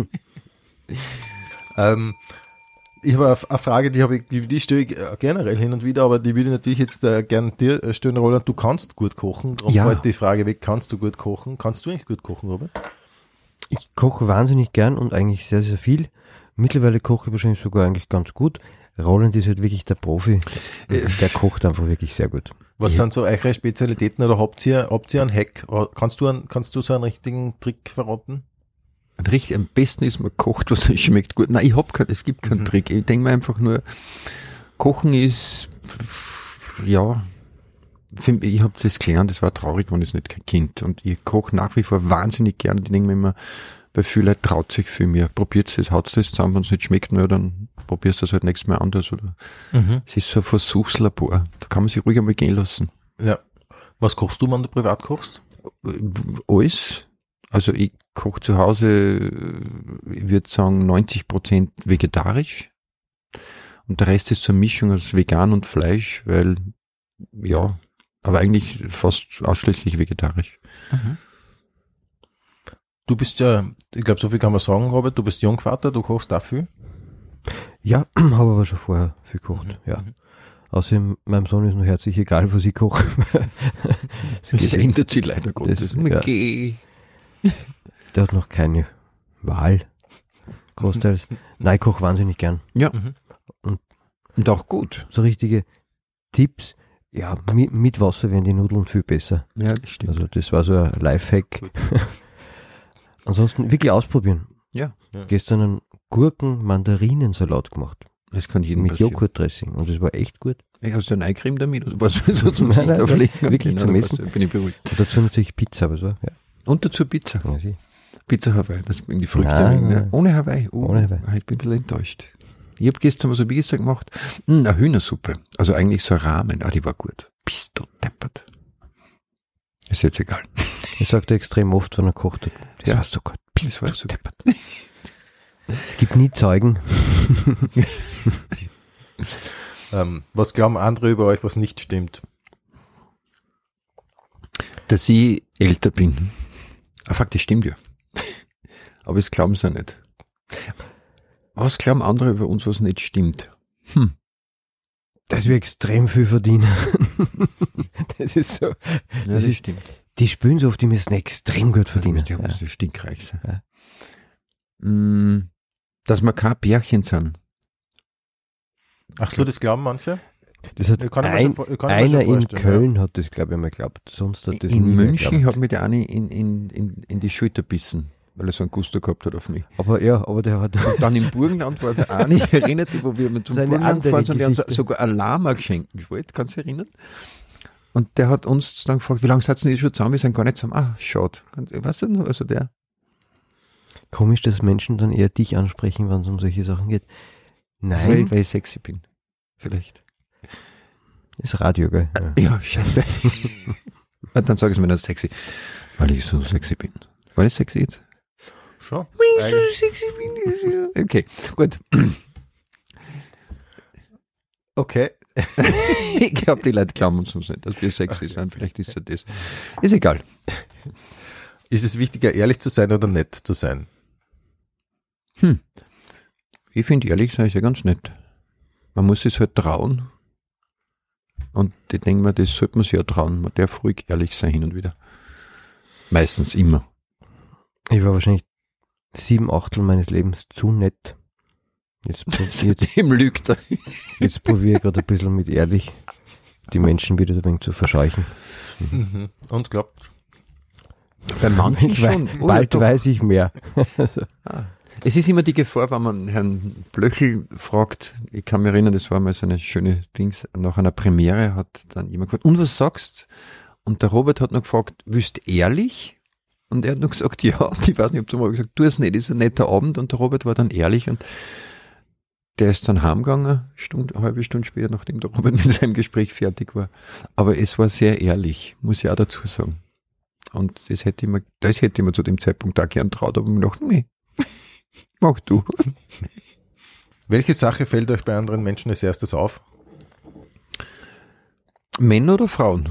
Ich habe eine Frage, die stelle ich generell hin und wieder, aber die will ich natürlich jetzt gerne dir stellen, Roland. Du kannst gut kochen. Darum fällt die Frage weg, kannst du gut kochen? Kannst du eigentlich gut kochen, Robert? Ich koche wahnsinnig gern und eigentlich sehr, sehr viel. Mittlerweile koche ich wahrscheinlich sogar eigentlich ganz gut. Roland ist halt wirklich der Profi. Der kocht einfach wirklich sehr gut. Was sind so eure Spezialitäten oder habt ihr einen Hack? Kannst du so einen richtigen Trick verraten? Am besten ist, man kocht, was schmeckt gut. Nein, es gibt keinen Trick. Ich denke mir einfach nur, Kochen ist, ja, ich habe das gelernt, das war traurig, wenn ich es nicht kein Kind. Und ich koche nach wie vor wahnsinnig gern. Und ich denke mir immer, bei vielen Leuten traut sich viel mehr. Probiert es, haut es zusammen, wenn es nicht schmeckt mehr, dann probierst du es halt nächstes Mal anders. Oder es ist so ein Versuchslabor. Da kann man sich ruhig einmal gehen lassen. Ja. Was kochst du, wenn du privat kochst? Alles. Also ich koche zu Hause, ich würde sagen 90% vegetarisch. Und der Rest ist so eine Mischung aus vegan und Fleisch, weil, ja, aber eigentlich fast ausschließlich vegetarisch. Du bist ja, ich glaube, so viel kann man sagen, Robert, du bist Jungvater, du kochst auch viel. Ja, habe aber schon vorher viel gekocht, ja. Außerdem, meinem Sohn ist noch herzlich egal, was ich koche. Das ändert sich leider Gottes. Ja. Der hat noch keine Wahl, großteils. Nein, ich koche wahnsinnig gern. Ja. Und auch gut. So richtige Tipps, ja, mit Wasser werden die Nudeln viel besser. Ja, das stimmt. Also das war so ein Lifehack. Ansonsten wirklich ausprobieren. Ja. Gestern einen Gurken-Mandarinen-Salat gemacht. Das kann jedem Mit passieren. Joghurtdressing. Und das war echt gut. Hey, hast du einen Eicreme damit? Oder was so zum Gesicht Nein, auflegen? wirklich Nein, zum dann Essen. passt, bin ich beruhigt. Und dazu natürlich Pizza, aber so, ja. Und dazu Pizza. Ja, sie. Pizza Hawaii, das in die Früchte. Nein. Ohne Hawaii. Ohne Hawaii. Ich bin ein bisschen enttäuscht. Ich habe gestern was Pizza gemacht. Eine Hühnersuppe. Also eigentlich so ein Rahmen. Die war gut. Bist du deppert. Ist jetzt egal. Ich sagte extrem oft, wenn er kocht hat. Das Ja. war so gut. Das war so deppert. Es gibt nie Zeugen. Was glauben andere über euch, was nicht stimmt? Dass ich älter bin. Fuck, das stimmt ja. Aber das glauben sie nicht. Was glauben andere über uns, was nicht stimmt? Dass wir extrem viel verdienen. Das ist so. Ja, das ist, stimmt. die spülen so oft, die müssen extrem gut verdienen. Die haben Ja. so stinkreich sein. Ja. Dass wir kein Pärchen sind. Ach so, das glauben manche? Das hat Ich kann mir schon vor- ich kann mir einer schon in vorstellen, Köln hat das, glaube ich, einmal geglaubt. Sonst hat das In nie München geglaubt. hat mir der eine in die Schulter bissen, weil er so einen Gusto gehabt hat auf mich. Aber der hat. Und dann im Burgenland war der eine, ich erinnere dich, wo wir mit zum Seine Burgenland andere gefahren sind, wir haben Geschichte. sogar ein Lama geschenkt gewollt, kannst du dich erinnern? Und der hat uns dann gefragt, wie lange seid ihr denn schon zusammen? Wir sind gar nicht zusammen. Ah, schade. Weißt du, also der. Komisch, dass Menschen dann eher dich ansprechen, wenn es um solche Sachen geht. Nein, Weil ich sexy bin. Vielleicht. ist Radio, gell? Ja. Ja, scheiße. Dann sag ich es mir nicht sexy. Weil ich so sexy bin. War ich sexy jetzt? Schon. Weil ich so sexy bin. Ist ja- Okay, gut. Okay. Ich glaube, die Leute glauben uns nicht, dass wir sexy sind. Vielleicht ist ja das. Ist egal. Ist es wichtiger, ehrlich zu sein oder nett zu sein? Ich finde, ehrlich sein ist ja ganz nett. Man muss es halt trauen. Und ich denke mir, das sollte man sich ja trauen. Man darf ruhig ehrlich sein hin und wieder. Meistens immer. Ich war wahrscheinlich 7/8 meines Lebens zu nett. Jetzt Dem lügt er. probiere ich gerade ein bisschen mit ehrlich die Menschen wieder ein wenig zu verscheuchen. Und glaubt. Bei manchen schon. Oh, ja, Bald doch. weiß ich mehr. Es ist immer die Gefahr, wenn man Herrn Blöchel fragt, ich kann mich erinnern, das war mal so eine schöne Dings, nach einer Premiere hat dann jemand gefragt, und was sagst? Und der Robert hat noch gefragt, willst du ehrlich? Und er hat noch gesagt, ja, und ich weiß nicht, ob du mal gesagt, tu es nicht, ist ein netter Abend, und der Robert war dann ehrlich und der ist dann heimgegangen, eine halbe Stunde später, nachdem der Robert mit seinem Gespräch fertig war. Aber es war sehr ehrlich, muss ich auch dazu sagen. Und das hätte ich mir zu dem Zeitpunkt auch gern traut, aber ich mir gedacht, nee, mach du. Welche Sache fällt euch bei anderen Menschen als erstes auf? Männer oder Frauen?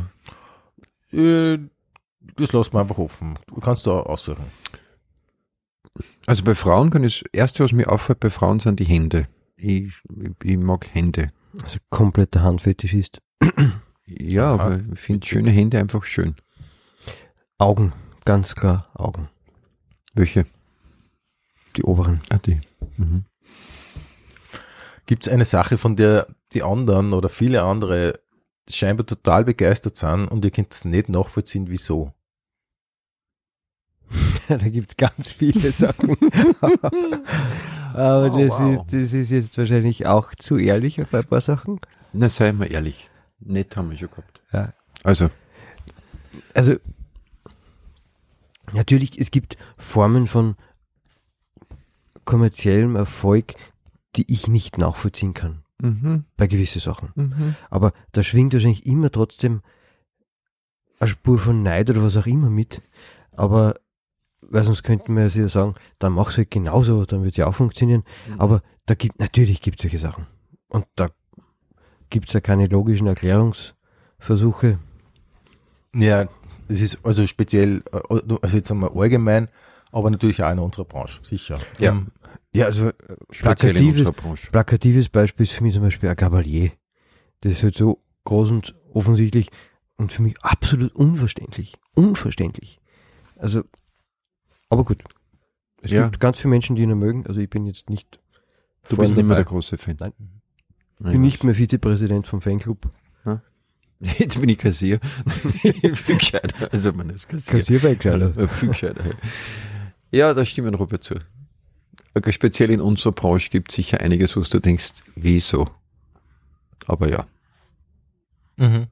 Das lässt man einfach offen. Du kannst da aussuchen. Also bei Frauen kann ich, das Erste, was mir auffällt bei Frauen, sind die Hände. Ich mag Hände. Also kompletter Handfetischist. Ja, Aha. aber ich finde schöne Hände einfach schön. Augen, ganz klar Augen. Welche? Die oberen. Ah, die. Mhm. Gibt es eine Sache, von der die anderen oder viele andere scheinbar total begeistert sind und ihr könnt es nicht nachvollziehen, wieso? Da gibt es ganz viele Sachen. Aber Oh, wow. das ist jetzt wahrscheinlich auch zu ehrlich bei ein paar Sachen. Na, sei mal ehrlich. Nett haben wir schon gehabt. Ja. Also, Also, natürlich, es gibt Formen von kommerziellem Erfolg, die ich nicht nachvollziehen kann. Bei gewissen Sachen. Aber da schwingt wahrscheinlich immer trotzdem eine Spur von Neid oder was auch immer mit. Aber, weil sonst könnten wir ja sagen, dann mach's halt genauso, dann wird es ja auch funktionieren. Aber natürlich gibt es solche Sachen. Und da gibt es ja keine logischen Erklärungsversuche. Ja, es ist also speziell, also jetzt einmal allgemein, aber natürlich auch in unserer Branche, sicher. Ja. Ja, also speziell in unserer Branche. plakatives Beispiel ist für mich zum Beispiel ein Cavalier. Das ist halt so groß und offensichtlich und für mich absolut unverständlich. Unverständlich. Also, aber gut. Es Ja. gibt ganz viele Menschen, die ihn mögen. Also ich bin jetzt nicht Du vorne bist nicht mehr dabei. der große Fan. Nein. Nein, bin nicht mehr Vizepräsident vom Fanclub. Jetzt bin ich Kassier. Viel gescheiter. Also man ist Kassier. Kassierweigscheider. Viel gescheiter. Ja, da stimmen Robert zu. Speziell in unserer Branche gibt es sicher einiges, wo du denkst, wieso? Aber ja. Mhm.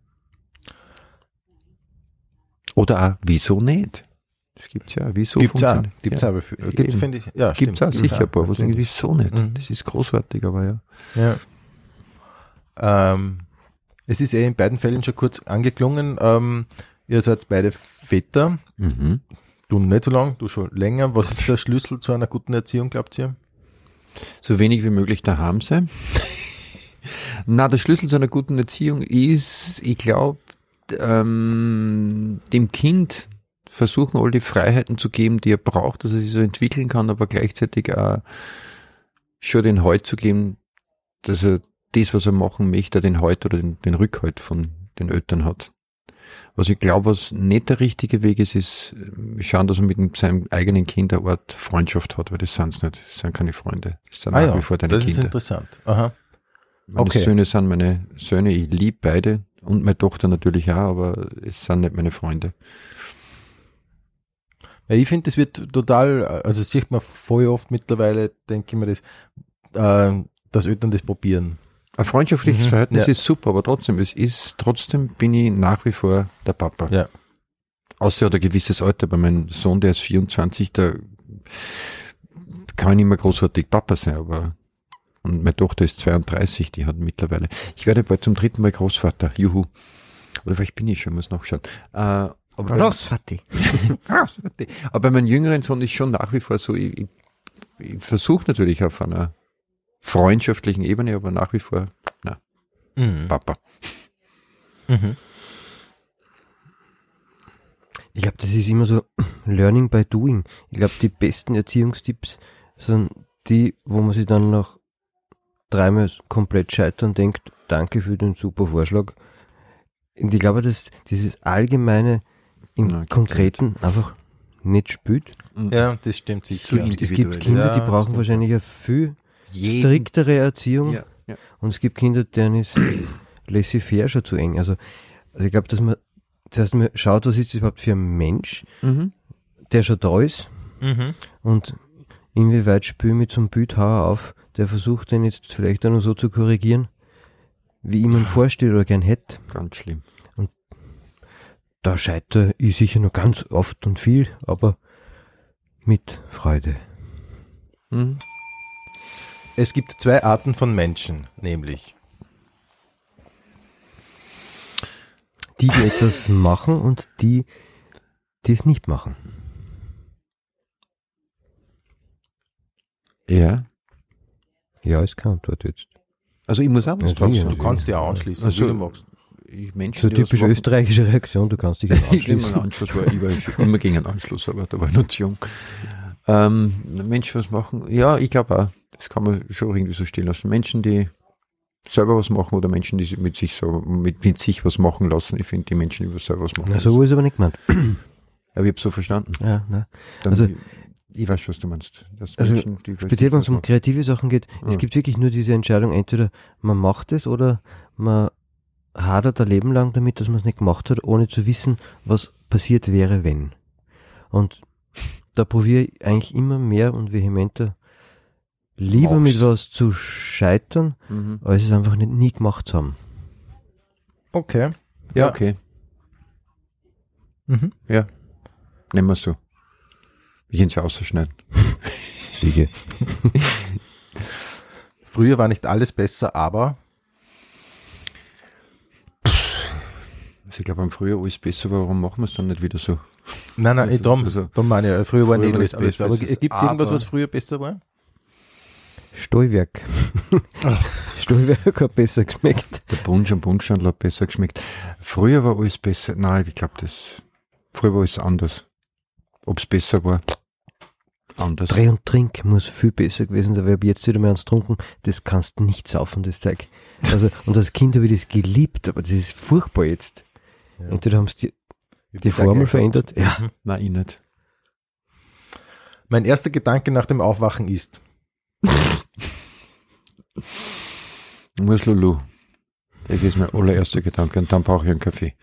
Oder auch, wieso nicht? Das gibt's ja. Wieso Gibt's auch, funktioniert- gibt's ja. auch, gibt's, Eben. finde ich, ja, Gibt's auch sicher ein paar, wo du denkst, natürlich. wieso nicht? Mhm. Das ist großartig, aber ja. Ja. Es ist in beiden Fällen schon kurz angeklungen. Ihr seid beide Väter. Mhm. Du nicht so lang, du schon länger. Was ist der Schlüssel zu einer guten Erziehung, glaubt ihr? So wenig wie möglich daheim sein. Na, der Schlüssel zu einer guten Erziehung ist, ich glaube, dem Kind versuchen, all die Freiheiten zu geben, die er braucht, dass er sich so entwickeln kann, aber gleichzeitig auch schon den Halt zu geben, dass er das, was er machen möchte, den Halt oder den Rückhalt von den Eltern hat. Was ich glaube, was nicht der richtige Weg ist schauen, dass er mit seinem eigenen Kind eine Art Freundschaft hat, weil das sind's nicht. Das sind keine Freunde. Das sind nach wie vor deine das ist Kinder. interessant. Aha. Meine Okay. Söhne sind meine Söhne, ich liebe beide und meine Tochter natürlich auch, aber es sind nicht meine Freunde. Ja, ich finde, das wird total, also das sieht man voll oft mittlerweile, denke ich mir das, dass Eltern das probieren. Ein freundschaftliches Verhältnis ja. ist super, aber trotzdem bin ich nach wie vor der Papa. Ja. Außer er hat ein gewisses Alter. Bei meinem Sohn, der ist 24, da kann ich nicht mehr großartig Papa sein, aber und meine Tochter ist 32, die hat mittlerweile, ich werde bald zum 3. Mal Großvater, juhu. Oder vielleicht bin ich schon, muss nachschauen. Aber Großvati. Aber bei meinem jüngeren Sohn ist schon nach wie vor so, ich versuche natürlich auf einer freundschaftlichen Ebene, aber nach wie vor, Mhm. Papa. Mhm. Ich glaube, das ist immer so Learning by Doing. Ich glaube, die besten Erziehungstipps sind die, wo man sich dann nach 3 Mal komplett scheitern und denkt, danke für den super Vorschlag. Und ich glaube, dass dieses Allgemeine im Na, Konkreten einfach nicht spielt. Ja, das stimmt Zu sicher. individuell. Es gibt Kinder, die Ja, brauchen stimmt. wahrscheinlich eine viel striktere Erziehung. Ja, ja. Und es gibt Kinder, denen ist laissez-faire schon zu eng. Also ich glaube, dass man zuerst mal schaut, was ist das überhaupt für ein Mensch, Mhm. der schon da ist Mhm. und inwieweit spüre mit so einem Bildhauer auf, der versucht, den jetzt vielleicht auch noch so zu korrigieren, wie ich mir vorstelle oder gern hätte. Ganz schlimm. Da scheitere ich sicher noch ganz oft und viel, aber mit Freude. Mhm. Es gibt 2 Arten von Menschen, nämlich Die etwas machen und die es nicht machen. Ja. Ja, ist keine Antwort jetzt. Also ich muss auch was Ja, drauf sicher. sagen. du kannst dich auch anschließen, Also, wie du magst. Menschen, So die was typische machen- österreichische Reaktion, du kannst dich auch Ich nehme einen anschließen. Anschluss, ich war immer gegen einen Anschluss, aber da war ich noch zu jung. Menschen was machen, ja, ich glaube auch, das kann man schon irgendwie so stehen lassen. Menschen, die selber was machen oder Menschen, die mit sich was machen lassen. Ich finde die Menschen, die selber was machen Na, so ist aber nicht gemeint. Aber ich habe so verstanden. Ja, nein. Dann, Also- ich weiß, was du meinst. Dass Also, Menschen, die Speziell, wenn es um kreative Sachen geht, Ja. es gibt wirklich nur diese Entscheidung, entweder man macht es oder man hadert ein Leben lang damit, dass man es nicht gemacht hat, ohne zu wissen, was passiert wäre, wenn. Und da probiere ich eigentlich immer mehr und vehementer lieber mit mach's. was zu scheitern, als es einfach nie gemacht zu haben. Okay. Ja, okay. Mhm. Ja. Nehmen wir so. Ich kann es ja ausschneiden. Sicher. Früher war nicht alles besser, aber Also ich glaube, am Frühjahr alles besser war, warum machen wir es dann nicht wieder so? nein, Also- drum also- meine ich, früher war nicht alles alles besser. Aber besser. gibt es irgendwas, Aber- was früher besser war? Stallwerk. Stallwerk hat besser geschmeckt. Der Punsch am Punschhandel hat besser geschmeckt. Früher war alles besser. Nein, ich glaube, früher war alles anders. Ob es besser war, anders. Dreh und Trink muss viel besser gewesen sein, weil ich hab jetzt wieder mal eins getrunken, das kannst du nicht saufen, das Zeug. Also, und als Kind habe ich das geliebt, aber das ist furchtbar jetzt. Ja. Entweder haben sie die Ich sag Formel ja, verändert. Ja. Nein, ich nicht. Mein erster Gedanke nach dem Aufwachen ist, Muss Lulu. Das ist mein allererster Gedanke und dann brauche ich einen Kaffee.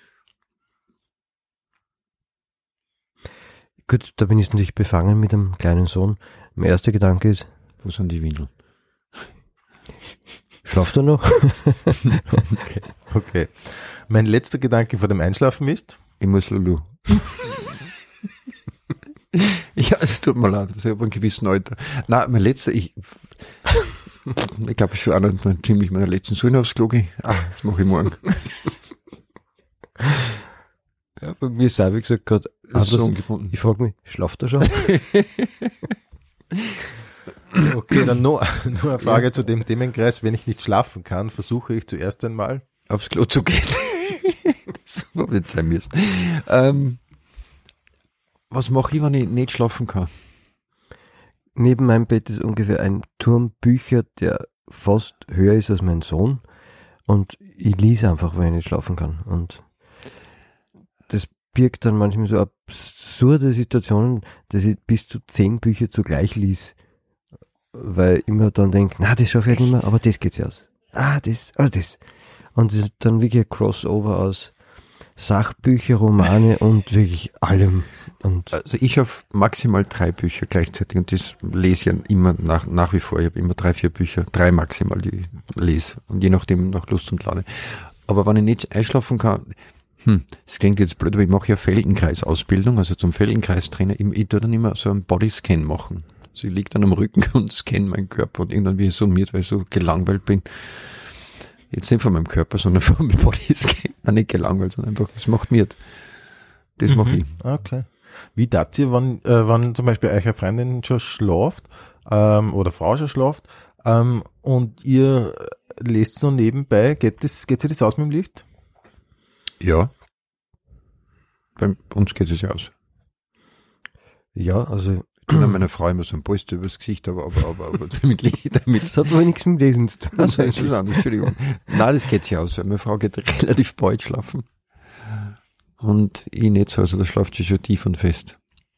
Gut, da bin ich natürlich befangen mit einem kleinen Sohn. Mein erster Gedanke ist, Wo sind die Windeln? schlaft er noch? okay. Mein letzter Gedanke vor dem Einschlafen ist, Ich muss Lulu. Ja, es tut mir leid, ich habe einen gewissen Alter. Nein, mein letzter, ich glaube, ich schon auch noch ziemlich meiner letzten Sohn aufs Klo gehen. Das mache ich morgen. Ja, bei mir ist auch, wie gesagt, gerade, Das ist so ungebunden. ich frage mich, schlaft er schon? okay, dann nur eine Frage zu dem Themenkreis. Wenn ich nicht schlafen kann, versuche ich zuerst einmal, Aufs Klo zu gehen. Das wird nicht sein müssen. Was mache ich, wenn ich nicht schlafen kann? Neben meinem Bett ist ungefähr ein Turm Bücher, der fast höher ist als mein Sohn. Und ich lese einfach, wenn ich nicht schlafen kann. Und das birgt dann manchmal so absurde Situationen, dass ich bis zu 10 Bücher zugleich lese. Weil ich immer dann denke, na, das schaffe ich halt nicht mehr, aber das geht sich aus. Das. Und es ist dann wirklich ein Crossover aus Sachbücher, Romane und wirklich allem. Und Also ich schaffe maximal 3 Bücher gleichzeitig und das lese ich ja immer nach wie vor. Ich habe immer 3, 4 Bücher, 3 maximal, die ich lese. Und je nachdem nach Lust und Laune. Aber wenn ich nicht einschlafen kann, das klingt jetzt blöd, aber ich mache ja Feldenkreis-Ausbildung, also zum Feldenkreistrainer. Ich tue dann immer so einen Bodyscan machen. Also ich liege dann am Rücken und scanne meinen Körper und irgendwann bin ich summiert, weil ich so gelangweilt bin. Jetzt nicht von meinem Körper, sondern von meinem Bodyscan. Nein, nicht gelangweilt, sondern einfach, das macht mir. Das mache ich. okay. Wie tat ihr, wenn zum Beispiel eure Freundin schon schlaft, oder Frau schon schlaft, und ihr lest so nebenbei, geht sich das aus mit dem Licht? Ja. Bei uns geht es ja aus. ja, also Ich tue meiner Frau immer so ein Polster übers Gesicht, aber damit das hat aber nichts mit Lesen zu tun. Also, Entschuldigung. Nein, das geht sich aus. Meine Frau geht relativ bald schlafen. Und ich nicht so, also da schlaft sie schon tief und fest.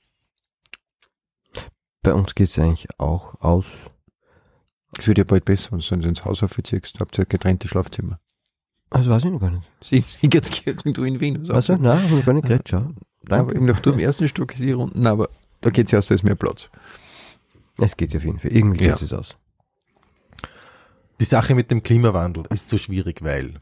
Bei uns geht es eigentlich auch aus. Es wird ja bald besser, wenn du ins Haus aufziehst. Habt ihr getrennte Schlafzimmer. Das weiß ich noch gar nicht. Sigurtskirchen, du in Wien. Also, nein, habe ich noch gar nicht geredet, schau. Aber eben noch du im ersten Stock ist hier unten, aber da geht es ja aus, da ist mehr Platz. Es geht auf jeden Fall. Irgendwie geht Ja. es aus. Die Sache mit dem Klimawandel ist so schwierig, weil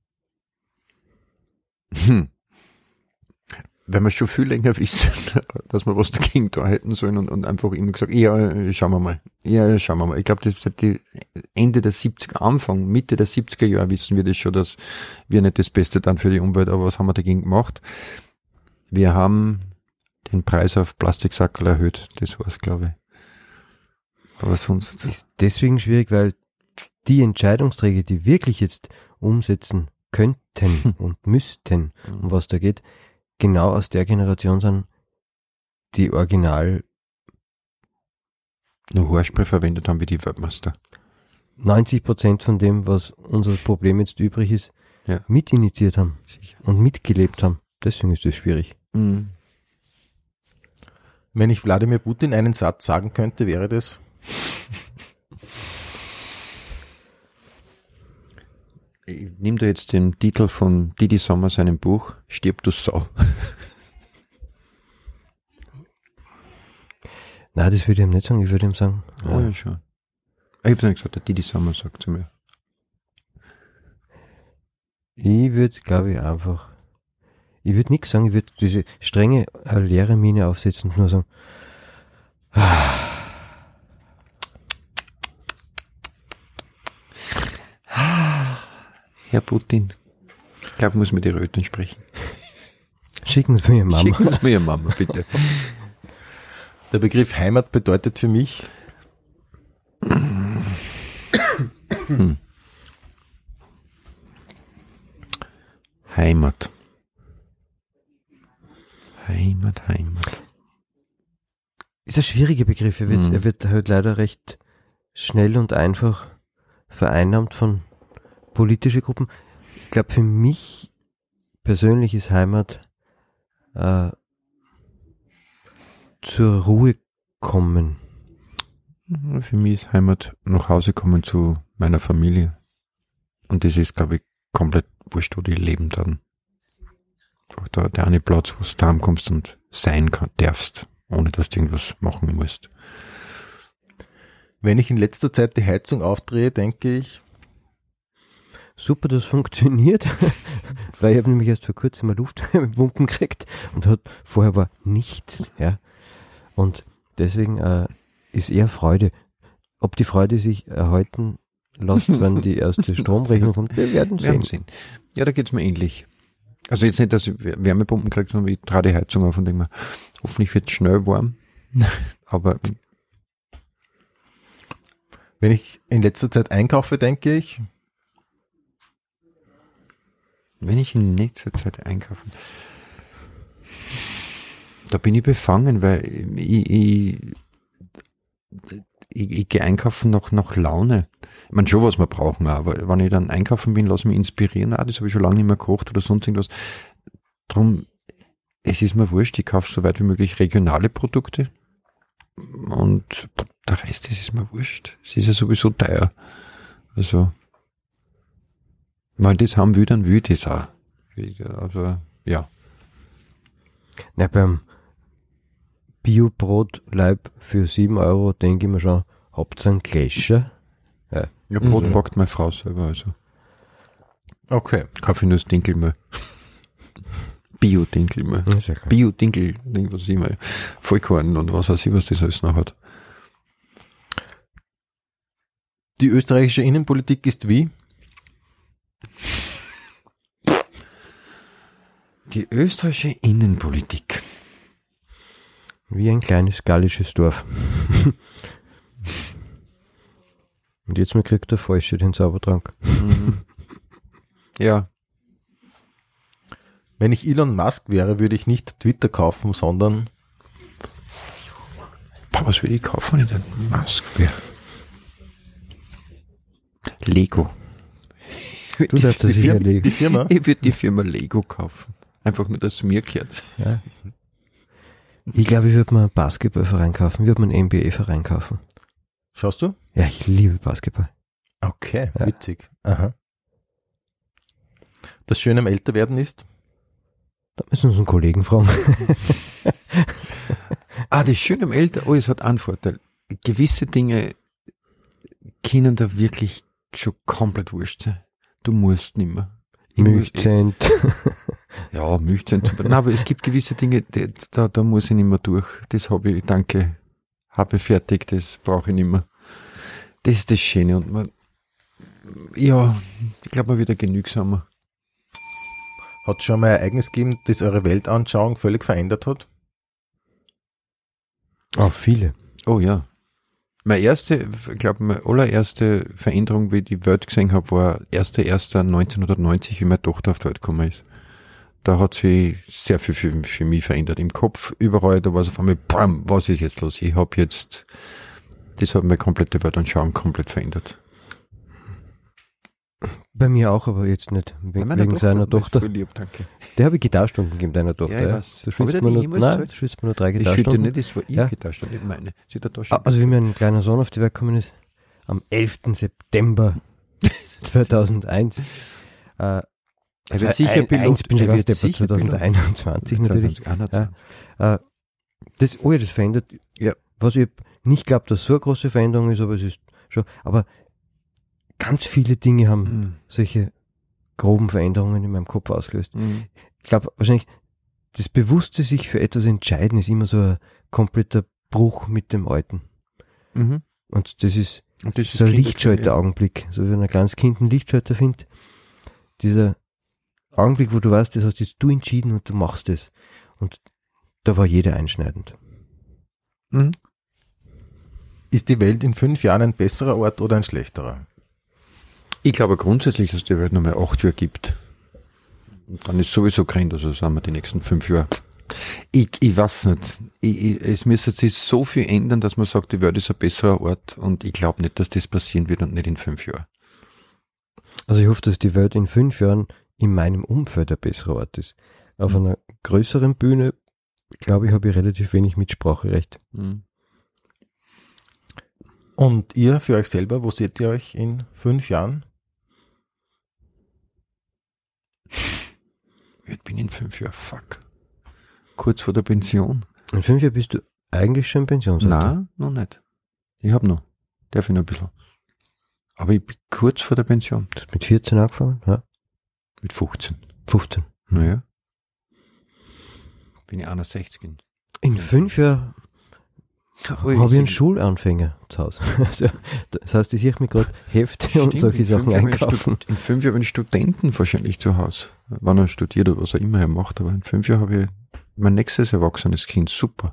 Wenn wir schon viel länger wissen, dass wir was dagegen da hätten sollen und einfach immer gesagt, ja, schauen wir mal. Ja, schauen wir mal. Ich glaube, das seit die Ende der 70er, Anfang, Mitte der 70er Jahre wissen wir das schon, dass wir nicht das Beste dann für die Umwelt, aber was haben wir dagegen gemacht? Wir haben den Preis auf Plastiksackerl erhöht. Das war's, glaube ich. Aber sonst. Ist deswegen schwierig, weil die Entscheidungsträger, die wirklich jetzt umsetzen könnten und müssten, um was da geht, genau aus der Generation sind, die original nur Haarspray verwendet haben wie die Weltmeister. 90% von dem, was unser Problem jetzt übrig ist, Ja. mitinitiiert haben Sicher. und mitgelebt haben. Deswegen ist das schwierig. Mhm. wenn ich Wladimir Putin einen Satz sagen könnte, wäre das? Ich nehme da jetzt den Titel von Didi Sommer, seinem Buch, Stirb du Sau. Nein, das würde ich ihm nicht sagen. Ich würde ihm sagen, Oh ja, schon. Ich hab's nicht gesagt, der Didi Sommer sagt zu mir. Ich würde, glaube ich, ich würde nichts sagen, ich würde diese strenge, leere Miene aufsetzen und nur sagen, Herr Putin, ich glaube, muss mit Ihrer Eltern sprechen. schicken Sie mir Ihre Mama. Schicken Sie mir Ihre Mama, bitte. Der Begriff Heimat bedeutet für mich Heimat. Heimat. Ist ein schwieriger Begriff, er wird halt leider recht schnell und einfach vereinnahmt von politischen Gruppen. Ich glaube, für mich persönlich ist Heimat zur Ruhe kommen. Für mich ist Heimat nach Hause kommen zu meiner Familie. Und das ist, glaube ich, komplett wurscht, wo die leben dann. Der eine Platz, wo du daheim kommst und sein darfst, ohne dass du irgendwas machen musst. Wenn ich in letzter Zeit die Heizung aufdrehe, denke ich, Super, das funktioniert, weil ich habe nämlich erst vor kurzem mal Luftwärmepumpen gekriegt und vorher war nichts, ja. Und deswegen ist eher Freude. Ob die Freude sich erhalten lässt, wenn die erste Stromrechnung kommt, wir werden sehen. Ja, da geht's mir ähnlich. Also jetzt nicht, dass ich Wärmepumpen kriege, sondern ich trage die Heizung auf und denke mir, hoffentlich wird es schnell warm. Aber wenn ich in letzter Zeit einkaufe, denke ich, wenn ich in letzter Zeit einkaufe, da bin ich befangen, weil ich gehe einkaufen nach Laune. Ich meine schon, was wir brauchen, aber wenn ich dann einkaufen bin, lass mich inspirieren. Das habe ich schon lange nicht mehr gekocht oder sonst irgendwas. Drum, es ist mir wurscht, ich kaufe so weit wie möglich regionale Produkte und der Rest ist mir wurscht. Es ist ja sowieso teuer. Also, wenn das haben will, dann will ich das auch. Also, ja. Na, beim Bio-Brotleib für 7 € denke ich mir schon, habt ihr einen Gläscher? Ja, Brot backt meine Frau selber, also. okay, Kaufe ich nur das Dinkelmehl. Bio-Dinkelmehl. Ja, sehr klar. Bio-Dinkel, was ich immer, Vollkorn und was weiß ich, was das alles noch hat. die österreichische Innenpolitik ist wie? Die österreichische Innenpolitik. Wie ein kleines gallisches Dorf. Und jetzt mal kriegt der Falsche den Zaubertrank. Ja. Wenn ich Elon Musk wäre, würde ich nicht Twitter kaufen, sondern Was will ich kaufen, wenn ich den Musk wäre? Lego. Du darfst das sicher die legen. Firma. Ich würde die Firma Lego kaufen. Einfach nur, dass es mir gehört. Ja. Ich glaube, ich würde mir einen Basketballverein kaufen. Ich würde mir einen NBA-Verein kaufen. Schaust du? Ja, ich liebe Basketball. Okay, Ja. witzig. Aha. Das Schöne am Älterwerden ist? Da müssen wir unseren Kollegen fragen. Das Schöne am es hat einen Vorteil. Gewisse Dinge können da wirklich schon komplett wurscht sein. Du musst nicht mehr. Milchzent. Ja, Milchzent. Nein, aber es gibt gewisse Dinge, da muss ich nicht mehr durch. Das habe ich, danke, habe fertig, das brauche ich nicht mehr. Das ist das Schöne. Und ich glaube, man wird ja genügsamer. Hat es schon mal ein Ereignis gegeben, das eure Weltanschauung völlig verändert hat? Auch viele. Oh ja. Meine allererste Veränderung, wie ich die Welt gesehen habe, war 1.1.1990, wie meine Tochter auf die Welt gekommen ist. Da hat sich sehr viel für mich verändert. Im Kopf, überall, da war es auf einmal, bam, was ist jetzt los? Das hat meine komplette Weltanschauung komplett verändert. Bei mir auch, aber jetzt nicht. Wegen seiner Tochter. Voll lieb, danke. Der habe ich Gitarrstunden gegeben, deiner Tochter. Ja, ich weiß. Du Hab spielst ich mir dir nur, jemals nein, erzählt? du spielst mir nur 3 Ich schütte Gitarrstunden. nicht, das war ich Ja. Gitarrstunden, nicht meine. Sie hat da schon Also wie mein kleiner Sohn auf die Welt gekommen ist, am 11. September 2001. Er wird sicher Pilot. Bin ich Er wird ganz sicher deppert, 2021 natürlich. 2021. Das verändert. Ja. Was ich nicht glaube, dass so eine große Veränderung ist, aber es ist schon. Aber ganz viele Dinge haben solche groben Veränderungen in meinem Kopf ausgelöst. Ich glaube, wahrscheinlich das bewusste sich für etwas entscheiden ist immer so ein kompletter Bruch mit dem Alten. Und das ist so ein Lichtschalter-Augenblick. So wie wenn ein kleines Kind einen Lichtschalter findet. Dieser Augenblick, wo du weißt, das hast jetzt du entschieden und du machst es. Und da war jeder einschneidend. Ist die Welt in 5 Jahren ein besserer Ort oder ein schlechterer? Ich glaube grundsätzlich, dass die Welt noch mal 8 Jahre gibt. Und dann ist sowieso gerannt, also sind wir die nächsten 5 Jahre. Ich weiß nicht. Es müsste sich so viel ändern, dass man sagt, die Welt ist ein besserer Ort, und ich glaube nicht, dass das passieren wird und nicht in 5 Jahren. Also ich hoffe, dass die Welt in 5 Jahren in meinem Umfeld ein besserer Ort ist. Auf einer größeren Bühne, glaube ich, habe ich relativ wenig Mitspracherecht. Und ihr für euch selber, wo seht ihr euch in 5 Jahren? Ich bin in 5 Jahren, fuck. Kurz vor der Pension. In 5 Jahren bist du eigentlich schon Pensionsalter? Nein, noch nicht. Ich habe noch. Darf ich noch ein bisschen. Aber ich bin kurz vor der Pension. Du hast mit 14 angefangen? Ja. Mit 15. 15. Naja. Bin ich 61. In 5 Jahren habe ich einen Schulanfänger zu Hause. Also, das heißt, ich sehe mir gerade Hefte und solche Sachen einkaufen. In 5 Jahren habe ich Studenten wahrscheinlich zu Hause. Wenn er studiert oder was er immer macht. Aber in 5 Jahren habe ich mein nächstes erwachsenes Kind. Super.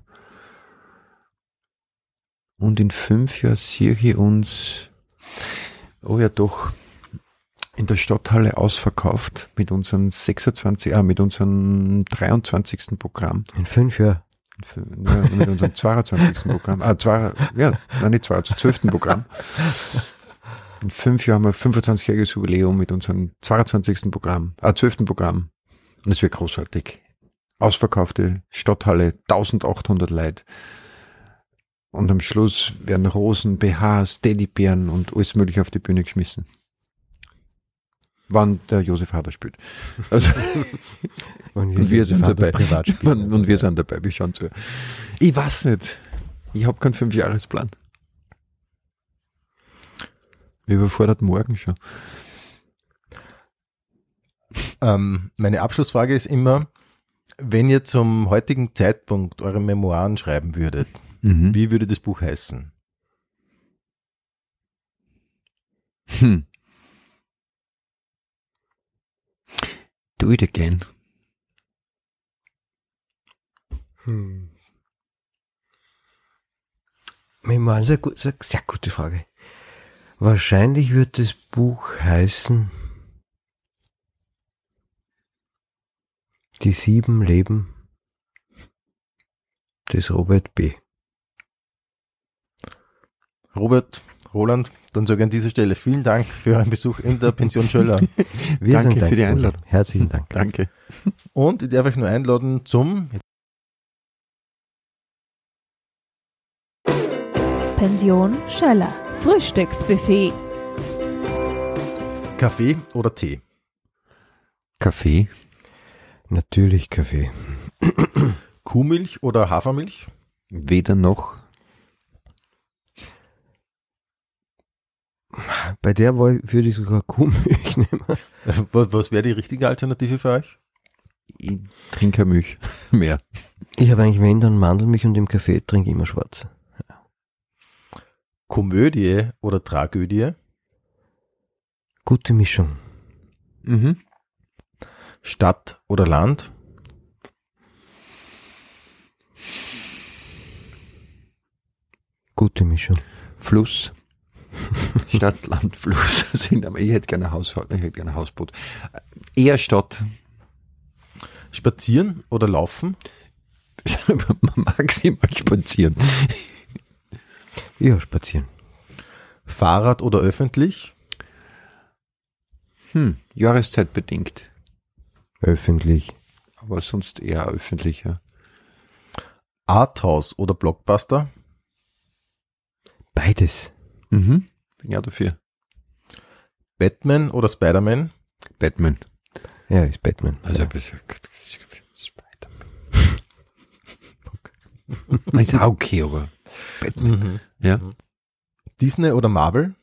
Und in 5 Jahren sehe ich uns, oh ja doch, in der Stadthalle ausverkauft mit unserem mit unserem 23. Programm. In 5 Jahren? Ja, mit unserem 22. Programm. Nicht 12. Programm. In 5 Jahren haben wir 25-jähriges Jubiläum mit unserem 22. Programm, 12. Programm. Und es wird großartig. Ausverkaufte Stadthalle, 1800 Leute. Und am Schluss werden Rosen, BHs, Teddybären und alles mögliche auf die Bühne geschmissen. Wann der Josef Hader spielt. Also, und wir sind dabei. Und wir sind dabei, wir schauen zu. Ich weiß nicht. Ich habe keinen 5-Jahresplan. Überfordert morgen schon. Meine Abschlussfrage ist immer, wenn ihr zum heutigen Zeitpunkt eure Memoiren schreiben würdet, wie würde das Buch heißen? Do it again. Memoiren ist eine sehr gute Frage. Wahrscheinlich wird das Buch heißen Die 7 Leben des Robert B. Roland, dann sage ich an dieser Stelle vielen Dank für euren Besuch in der Pension Schöller. Danke für die Einladung. Herzlichen Dank. Danke. Und ich darf euch nur einladen zum Pension Schöller. Frühstücksbuffet. Kaffee oder Tee? Kaffee. Natürlich Kaffee. Kuhmilch oder Hafermilch? Weder noch. Bei der Wahl würde ich sogar Kuhmilch nehmen. Was wäre die richtige Alternative für euch? Ich trinke Milch mehr. Ich habe eigentlich, wenn dann Mandelmilch, und im Kaffee trinke ich immer schwarz. Komödie oder Tragödie? Gute Mischung. Stadt oder Land? Gute Mischung. Fluss. Stadt, Land, Fluss. Ich hätte gerne ein Hausboot. Eher Stadt. Spazieren oder laufen? Maximal spazieren. Ja, spazieren. Fahrrad oder öffentlich? Jahreszeitbedingt. Öffentlich. Aber sonst eher öffentlich, ja. Arthouse oder Blockbuster? Beides. Bin ja dafür. Batman oder Spider-Man? Batman. Ja, ist Batman. Also Spider-Man. Ist auch okay, aber Batman. Ja. Disney oder Marvel?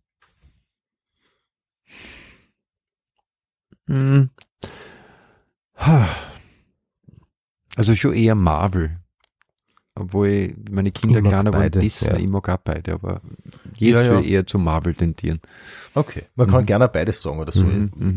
Also schon eher Marvel. Obwohl meine Kinder Ich mag kleiner waren beide, Disney, ja. ich mag auch beide, aber jetzt Ja, ja. würde ich eher zu Marvel tendieren. Okay, man kann gerne beides sagen oder so.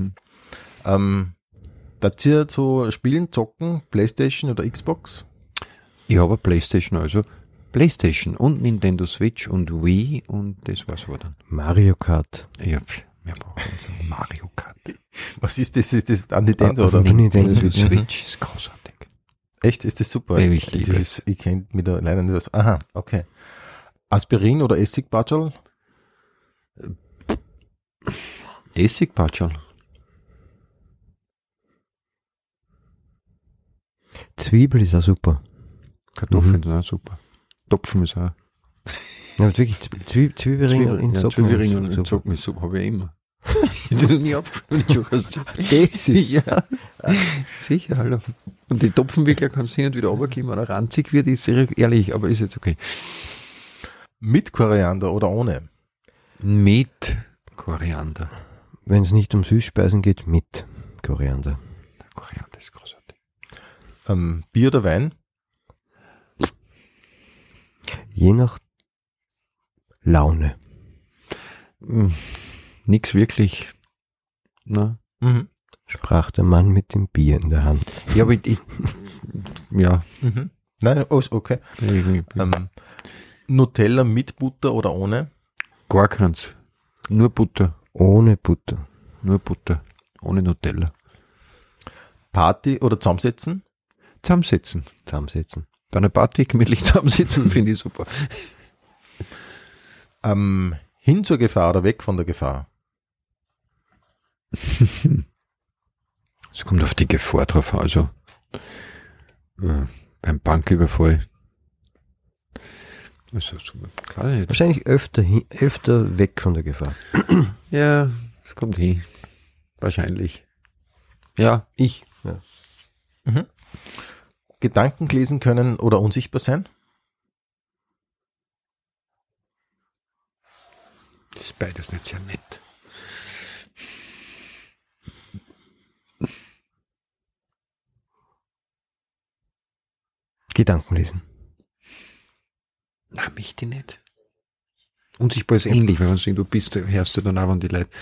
Dazu ihr zu spielen, zocken, Playstation oder Xbox? Ich habe eine Playstation, also Playstation und Nintendo Switch und Wii und das war's aber dann. Mario Kart. Ja, wir brauchen so Mario Kart. Was ist das? Ist das an Nintendo Auf oder? Nintendo Nintendo Switch. Switch ist großartig. Echt? Ist das super? Ja, ich liebe Ich kenne mich da leider nicht aus. Aha, okay. Aspirin oder Essigbatschel? Essigpatschel. Zwiebel ist auch super. Kartoffeln sind auch super. Topfen ist auch. Ja, aber wirklich, Zwiebelringe in Socken. Zwiebelringe und ist in super. Socken ist super, habe ich immer. Ich habe noch nie aufgefallen, schon hast. Das ist, Ja, sicher, hallo. Und die Topfenwickler kannst du hin und wieder runtergeben, wenn er ranzig wird, ist ehrlich, aber ist jetzt okay. Mit Koriander oder ohne? Mit Koriander. wenn es nicht um Süßspeisen geht, mit Koriander. Koriander ist großartig. Bier oder Wein? Je nach Laune. Nix wirklich. Na? Mhm. Sprach der Mann mit dem Bier in der Hand. Ja, aber ja. Mhm. Nein, oh, okay. Nutella mit Butter oder ohne? Gar keins. Nur Butter. Ohne Butter. Nur Butter. Ohne Nutella. Party oder zusammensetzen? Zusammensetzen. Zusammensetzen. Bei einer Party gemütlich zusammensitzen finde ich super. Hin zur Gefahr oder weg von der Gefahr? Es kommt auf die Gefahr drauf an. Also beim Banküberfall. Also, klar nicht. Wahrscheinlich öfter weg von der Gefahr. Ja, es kommt hin. Wahrscheinlich. Ja, ich. Ja. Mhm. Gedanken lesen können oder unsichtbar sein? Das ist beides nicht sehr nett. Gedanken lesen. Na, mich die nicht. Unsichtbar ist ähnlich, wenn man sagt, du bist, hörst du dann auch, wenn die Leute.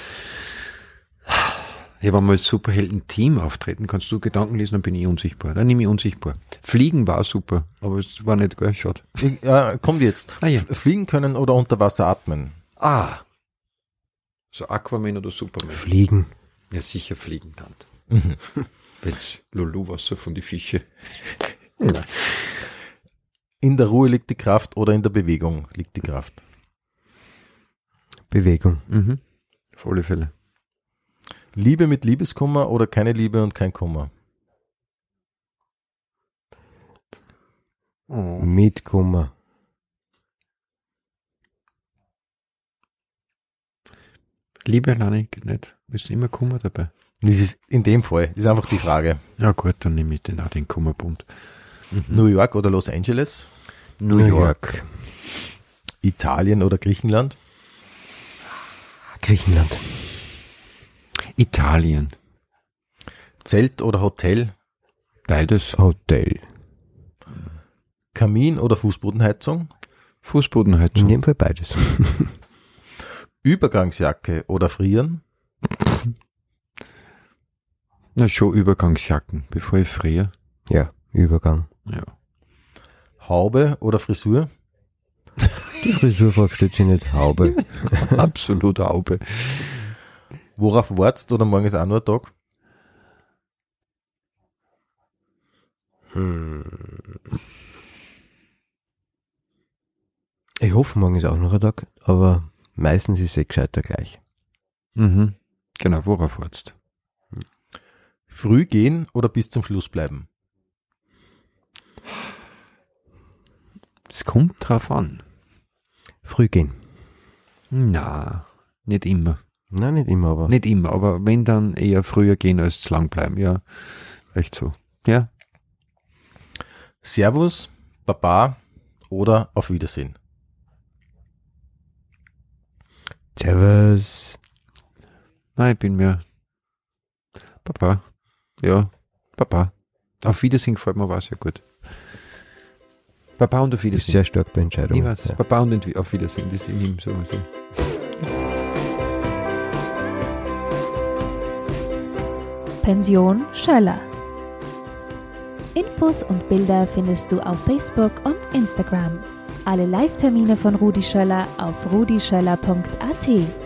Ja, wenn wir als Superhelden-Team auftreten, kannst du Gedanken lesen, dann bin ich unsichtbar. Dann nehme ich unsichtbar. Fliegen war super, aber es war nicht geil, schade. Kommt jetzt. Ah ja. Fliegen können oder unter Wasser atmen? So Aquaman oder Superman. Fliegen. Ja, sicher fliegen dann. Mhm. Wenn's Lulu-Wasser von die Fische. Nein. In der Ruhe liegt die Kraft oder in der Bewegung liegt die Kraft? Bewegung. Mhm. Auf alle Fälle. Liebe mit Liebeskummer oder keine Liebe und kein Kummer? Oh. Mit Kummer. Liebe alleine geht nicht. Bist immer Kummer dabei. Das ist in dem Fall, das ist einfach die Frage. Ja gut, dann nehme ich den Kummerbund. New York oder Los Angeles? New York. Italien oder Griechenland? Griechenland. Italien. Zelt oder Hotel? Beides. Hotel. Kamin oder Fußbodenheizung? In Fußbodenheizung. dem Fall beides. Übergangsjacke oder Frieren? Na schon Übergangsjacken, bevor ich friere. Ja, Übergang. Ja. Haube oder Frisur? Die Frisurfrage stellt sich nicht. Haube. Absolut Haube. Worauf wartest oder morgen ist auch nur ein Tag? Ich hoffe, morgen ist auch noch ein Tag, aber meistens ist es gescheiter gleich. Mhm. Genau, worauf wartest? Früh gehen oder bis zum Schluss bleiben? Es kommt drauf an. Früh gehen. Na, nicht immer. Nein, nicht immer, aber Nicht immer, aber wenn dann eher früher gehen als zu lang bleiben. Ja, recht so. Ja. Servus, Baba oder auf Wiedersehen? Servus. Nein, ich bin mehr Papa. Ja, Papa. Auf Wiedersehen gefällt mir was sehr gut. Papa und auf Du bist Wiedersehen. sehr stark bei Ich Entscheidungen. weiß, Ja. Papa und auf Wiedersehen, das in ihm so. Also. Pension Schöller. Infos und Bilder findest du auf Facebook und Instagram. Alle Live-Termine von Rudi Schöller auf rudischöller.at.